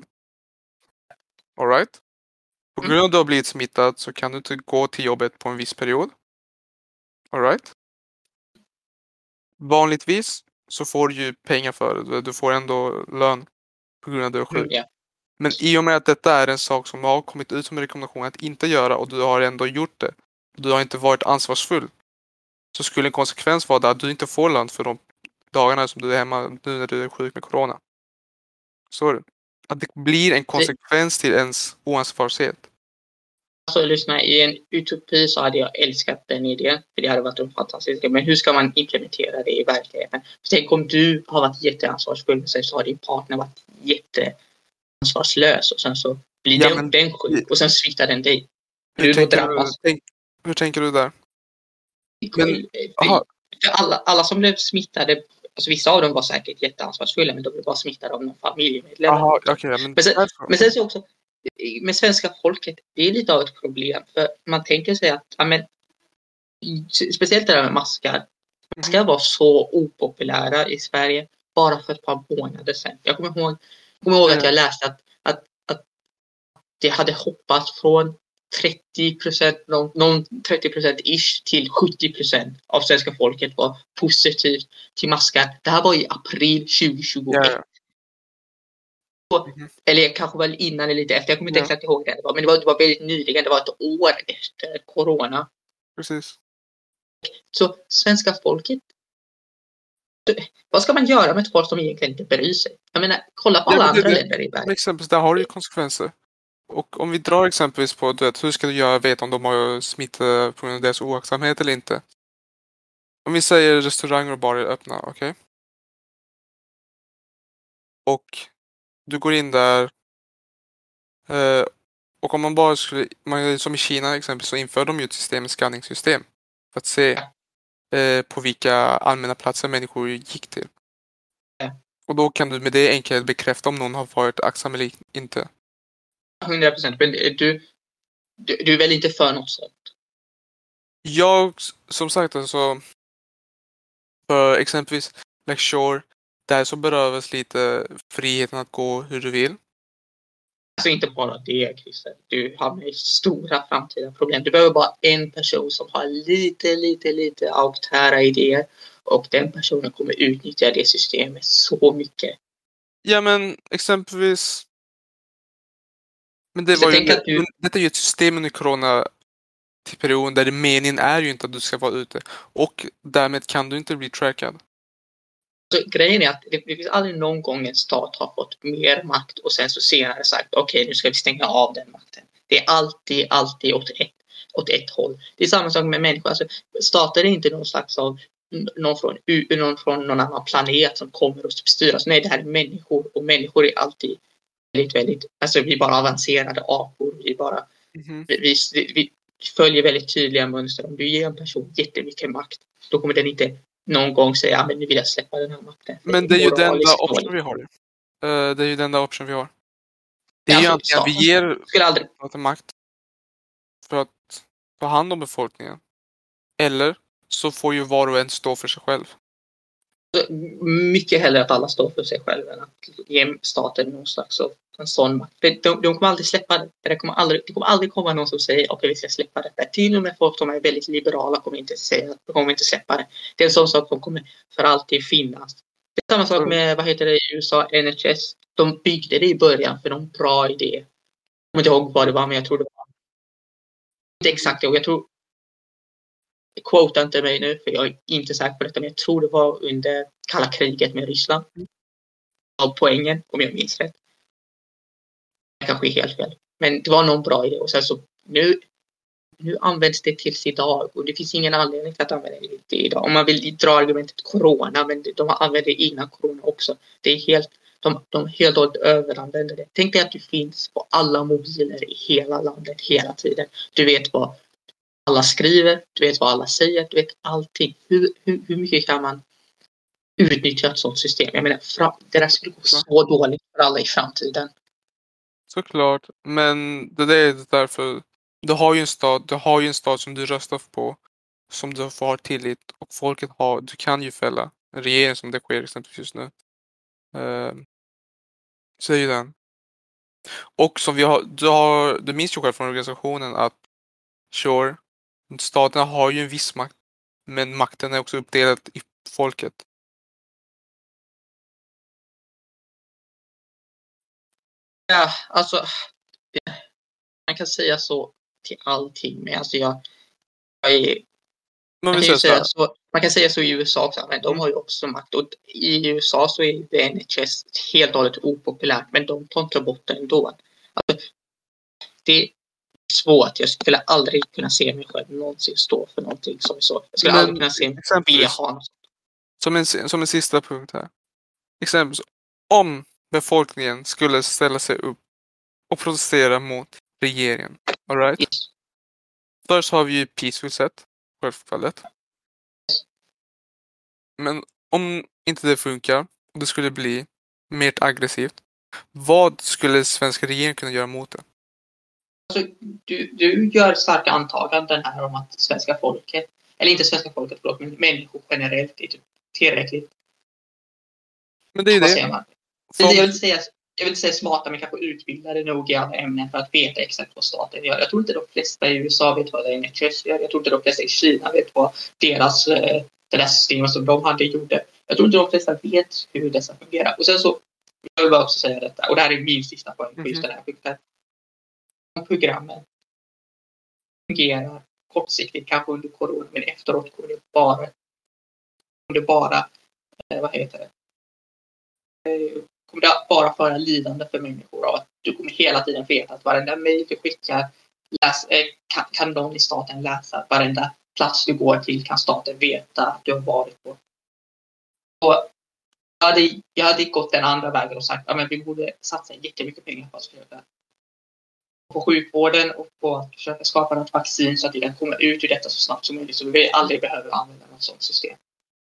All right? På grund av att du har blivit smittad så kan du inte gå till jobbet på en viss period. All right? Vanligtvis så får du ju pengar för det. Du får ändå lön på grund av att du är sjuk. Men i och med att detta är en sak som har kommit ut som en rekommendation att inte göra och du har ändå gjort det. Du har inte varit ansvarsfull. Så skulle en konsekvens vara att du inte får lön för de dagarna som du är hemma nu när du är sjuk med corona. Så att det blir en konsekvens till ens oansvarighet. Alltså lyssna, i en utopi så hade jag älskat den idén. För det hade varit en fantastisk idé. Men hur ska man implementera det i verkligheten? För tänk om du har varit jätteansvarsfull med sig så har din partner varit jätteansvarslös. Och sen så blir den sjuk och sen smittar den dig. Hur tänker du där? Alla som blev smittade, alltså vissa av dem var säkert jätteansvarsfulla men de blev bara smittade av någon familjemedlem. Men sen så också med svenska folket, det är lite av ett problem. För man tänker sig att speciellt det där med maskar var så opopulära i Sverige bara för ett par månader sedan. Jag kommer ihåg att jag läste att det hade hoppat från 30% ish till 70% av svenska folket var positivt till maskar. Det här var i april 2021. Eller kanske väl innan eller lite efter. Jag kommer inte exakt ihåg det. Men det var väldigt nyligen. Det var ett år efter corona. Precis. Så svenska folket. Vad ska man göra med ett folk som egentligen inte bryr sig? Jag menar, kolla på alla andra länder i världen. Exempelvis, där har du ju konsekvenser. Och om vi drar exempelvis på hur ska du veta om de har smitta på grund av deras oaktsamhet eller inte? Om vi säger restauranger och barer är öppna, okej? Och du går in där och om man bara som i Kina exempelvis så inför de ju ett skanningssystem för att se på vilka allmänna platser människor gick till. Och då kan du med det enkelt bekräfta om någon har varit aktsam eller inte. 100%. Men du är väl inte för något sånt? Jag, som sagt, alltså för exempelvis Lakeshore, där så berövas lite friheten att gå hur du vill. Alltså inte bara det, Christer. Du har med stora framtida problem. Du behöver bara en person som har lite auktoritära idéer och den personen kommer utnyttja det systemet så mycket. Ja, men exempelvis... Men det Så var ju... tänk att Detta är ju ett system under corona till perioden där meningen är ju inte att du ska vara ute. Och därmed kan du inte bli trackad. Så grejen är att det finns aldrig någon gång en stat har fått mer makt och sen så senare sagt okej, nu ska vi stänga av den makten. Det är alltid åt ett håll. Det är samma sak med människor. Alltså, stater är inte någon slags av någon från någon annan planet som kommer och styras. Nej, det här är människor och människor är alltid väldigt, alltså vi är bara avancerade apor. Vi följer väldigt tydliga mönster. Om du ger en person jättemycket makt, då kommer den inte någon gång säga men nu vill jag släppa den här makten. Men det är ju den enda option vi har. Det är ju den enda option vi har. Det är ju antingen vi ger makt för att ta hand om befolkningen. Eller så får ju var och en stå för sig själv. Mycket hellre att alla står för sig själva än att ge staten någon slags av en sån makt. De kommer aldrig släppa det. Det kommer aldrig komma någon som säger okej, vi ska släppa det. Till och med folk som är väldigt liberala kommer inte släppa det. Det är en sån sak som kommer för alltid finnas. Det är samma sak med, i USA, NHS. De byggde det i början för någon bra idé. Jag kommer inte ihåg vad det var, men jag tror det var. Inte exakt, jag tror quota inte mig nu, för jag är inte säker på detta, men jag tror det var under kalla kriget med Ryssland. Av poängen, om jag minns rätt. Jag kanske är helt fel. Men det var någon bra idé. Och sen så nu används det tills idag. Och det finns ingen anledning till att använda det idag. Om man vill dra argumentet corona, men de använde det innan corona också. Det är helt, de helt och överanvänder det. Tänk dig att du finns på alla mobiler i hela landet hela tiden. Du vet vad alla skriver, du vet vad alla säger, du vet allting. Hur mycket kan man utnyttja ett sådant system? Jag menar, det där skulle gå så dåligt för alla i framtiden. Såklart, men det är därför du har ju en stad som du röstar på, som du får ha tillit, och folket du kan ju fälla en regering som det sker exempelvis just nu. Så är ju den. Och som du minns ju själv från organisationen att sure, staterna har ju en viss makt, men makten är också uppdelad i folket. Ja, alltså man kan säga så till allting, men alltså man kan säga så i USA också, men de har ju också makt, och i USA så är det NHS helt och hållet opopulärt, men de tar inte bort det ändå. Alltså, det är svårt. Jag skulle aldrig kunna se mig själv någonsin stå för någonting som är så. Jag skulle aldrig kunna se mig vilja ha något. Som en sista punkt här. Exempelvis, om befolkningen skulle ställa sig upp och protestera mot regeringen. All right? Yes. Först har vi ju peaceful set, självfallet. Yes. Men om inte det funkar och det skulle bli mer aggressivt, vad skulle svenska regeringen kunna göra mot det? Alltså, du gör starka antaganden här om att svenska folket, eller inte svenska folket, men människor generellt är tillräckligt. Men det är det. Jag vill säga smarta, men kanske utbildade nog i alla ämnen för att veta exakt vad staten gör. Jag tror inte de flesta i USA vet vad NHS gör. Jag tror inte de flesta i Kina vet vad deras system som de hade gjorde. Jag tror inte de flesta vet hur dessa fungerar. Och sen så, jag vill bara också säga detta, och det här är min sista poäng på just den här punkten. Programmen fungerar kortsiktigt, kanske under corona, men efteråt kommer det bara kommer det bara föra lidande för människor, och att du kommer hela tiden veta att varenda mejl du skickar kan någon i staten läsa, varenda plats du går till kan staten veta att du har varit på. Och jag hade gått den andra vägen och sagt att vi borde satsa jättemycket pengar på att försöka på sjukvården och på att försöka skapa något vaccin så att vi kan komma ut ur detta så snabbt som möjligt, så vi aldrig behöver använda något sådant system.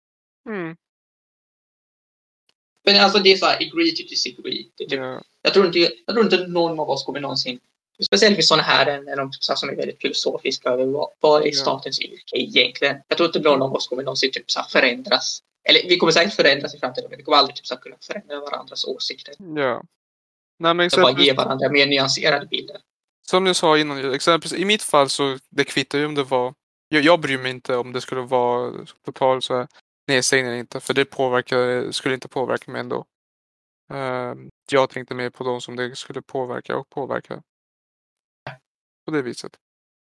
Men alltså det är så här, agree to disagree. Jag tror inte någon av oss kommer någonsin, speciellt vid sådana här de som är väldigt filosofiska över vad är statens yrke egentligen. Jag tror inte någon av oss kommer någonsin typ så här förändras. Eller vi kommer säkert förändras i framtiden, men vi kommer aldrig typ så här kunna förändra varandras åsikter. Ja. Nej, men bara ge varandra mer nyanserade bilder. Som jag sa innan, exempelvis i mitt fall så det kvittar ju om det var, jag bryr mig inte om det skulle vara totalt så här nedstängningen inte. För det skulle inte påverka mig ändå. Jag tänkte mer på de som det skulle påverka på det viset.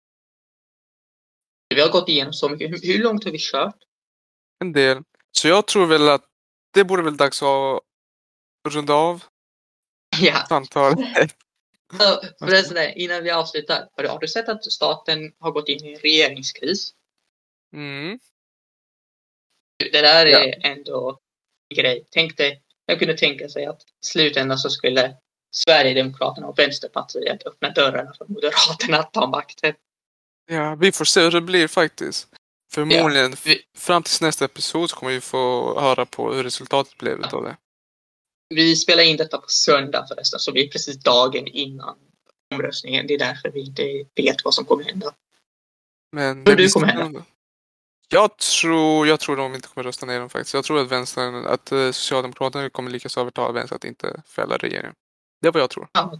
Vi har gått igenom så mycket. Hur långt har vi kört? En del. Så jag tror väl att det borde väl dags att runda av Ja. samtalet. Förresten, innan vi avslutar. Har du sett att staten har gått in i en regeringskris? Mm. Det där är ändå en grej. Jag kunde tänka sig att i slutändan så skulle Sverigedemokraterna och Vänsterpartiet öppna dörrarna för Moderaterna att ta makten. Ja, vi får se hur det blir faktiskt. Förmodligen fram till nästa episod så kommer vi få höra på hur resultatet blev av det. Vi spelar in detta på söndag förresten, så det är precis dagen innan omröstningen. Det är därför vi inte vet vad som kommer hända. Men Hur du kommer hända? Jag tror de inte kommer rösta ner dem faktiskt. Jag tror att Socialdemokraterna kommer lyckas övertala Vänstern att inte fälla regeringen. Det är vad jag tror. Ja,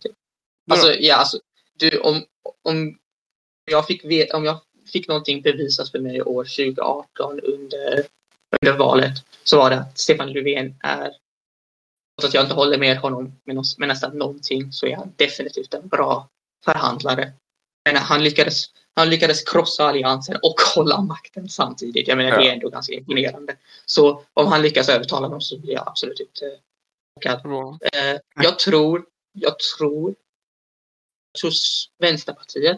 om jag fick någonting bevisat för mig år 2018 under valet, så var det att Stefan Löfven är, så att jag inte håller med honom med nästan någonting, så är han definitivt en bra förhandlare. Men han lyckades krossa alliansen och hålla makten samtidigt. Jag menar, det är ändå ganska imponerande. Så om han lyckas övertala dem så blir jag absolut inte chockad. Jag tror Vänsterpartiet,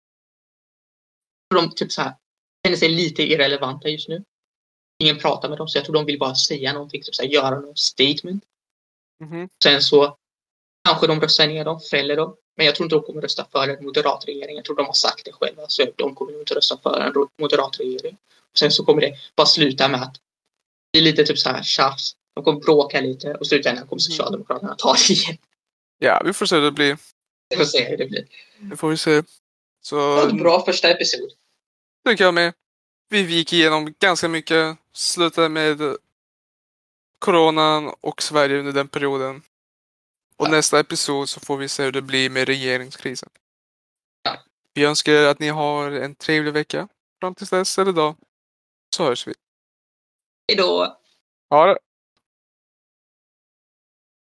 de typ så här känner sig lite irrelevanta just nu. Ingen pratar med dem, så jag tror de vill bara säga någonting, typ så här, göra något statement. Sen så kanske de röstar ner dem, fäller dem. Men jag tror inte de kommer rösta för en moderat regering. Jag tror de har sagt det själva, så de kommer inte rösta för en moderat regering. Sen så kommer det bara sluta med att det är lite typ så här tjafs. De kommer bråka lite och slutändan kommer Socialdemokraterna ta det igen. Ja, vi får se hur det blir. Vi får se hur det blir. Det får vi se. Så det var en bra första episod. Tycker jag med. Vi gick igenom ganska mycket. Slutade med coronan och Sverige under den perioden. Och nästa episod så får vi se hur det blir med regeringskrisen. Ja. Vi önskar att ni har en trevlig vecka. Fram tills dess eller då. Så hörs vi. Hejdå! Ha det!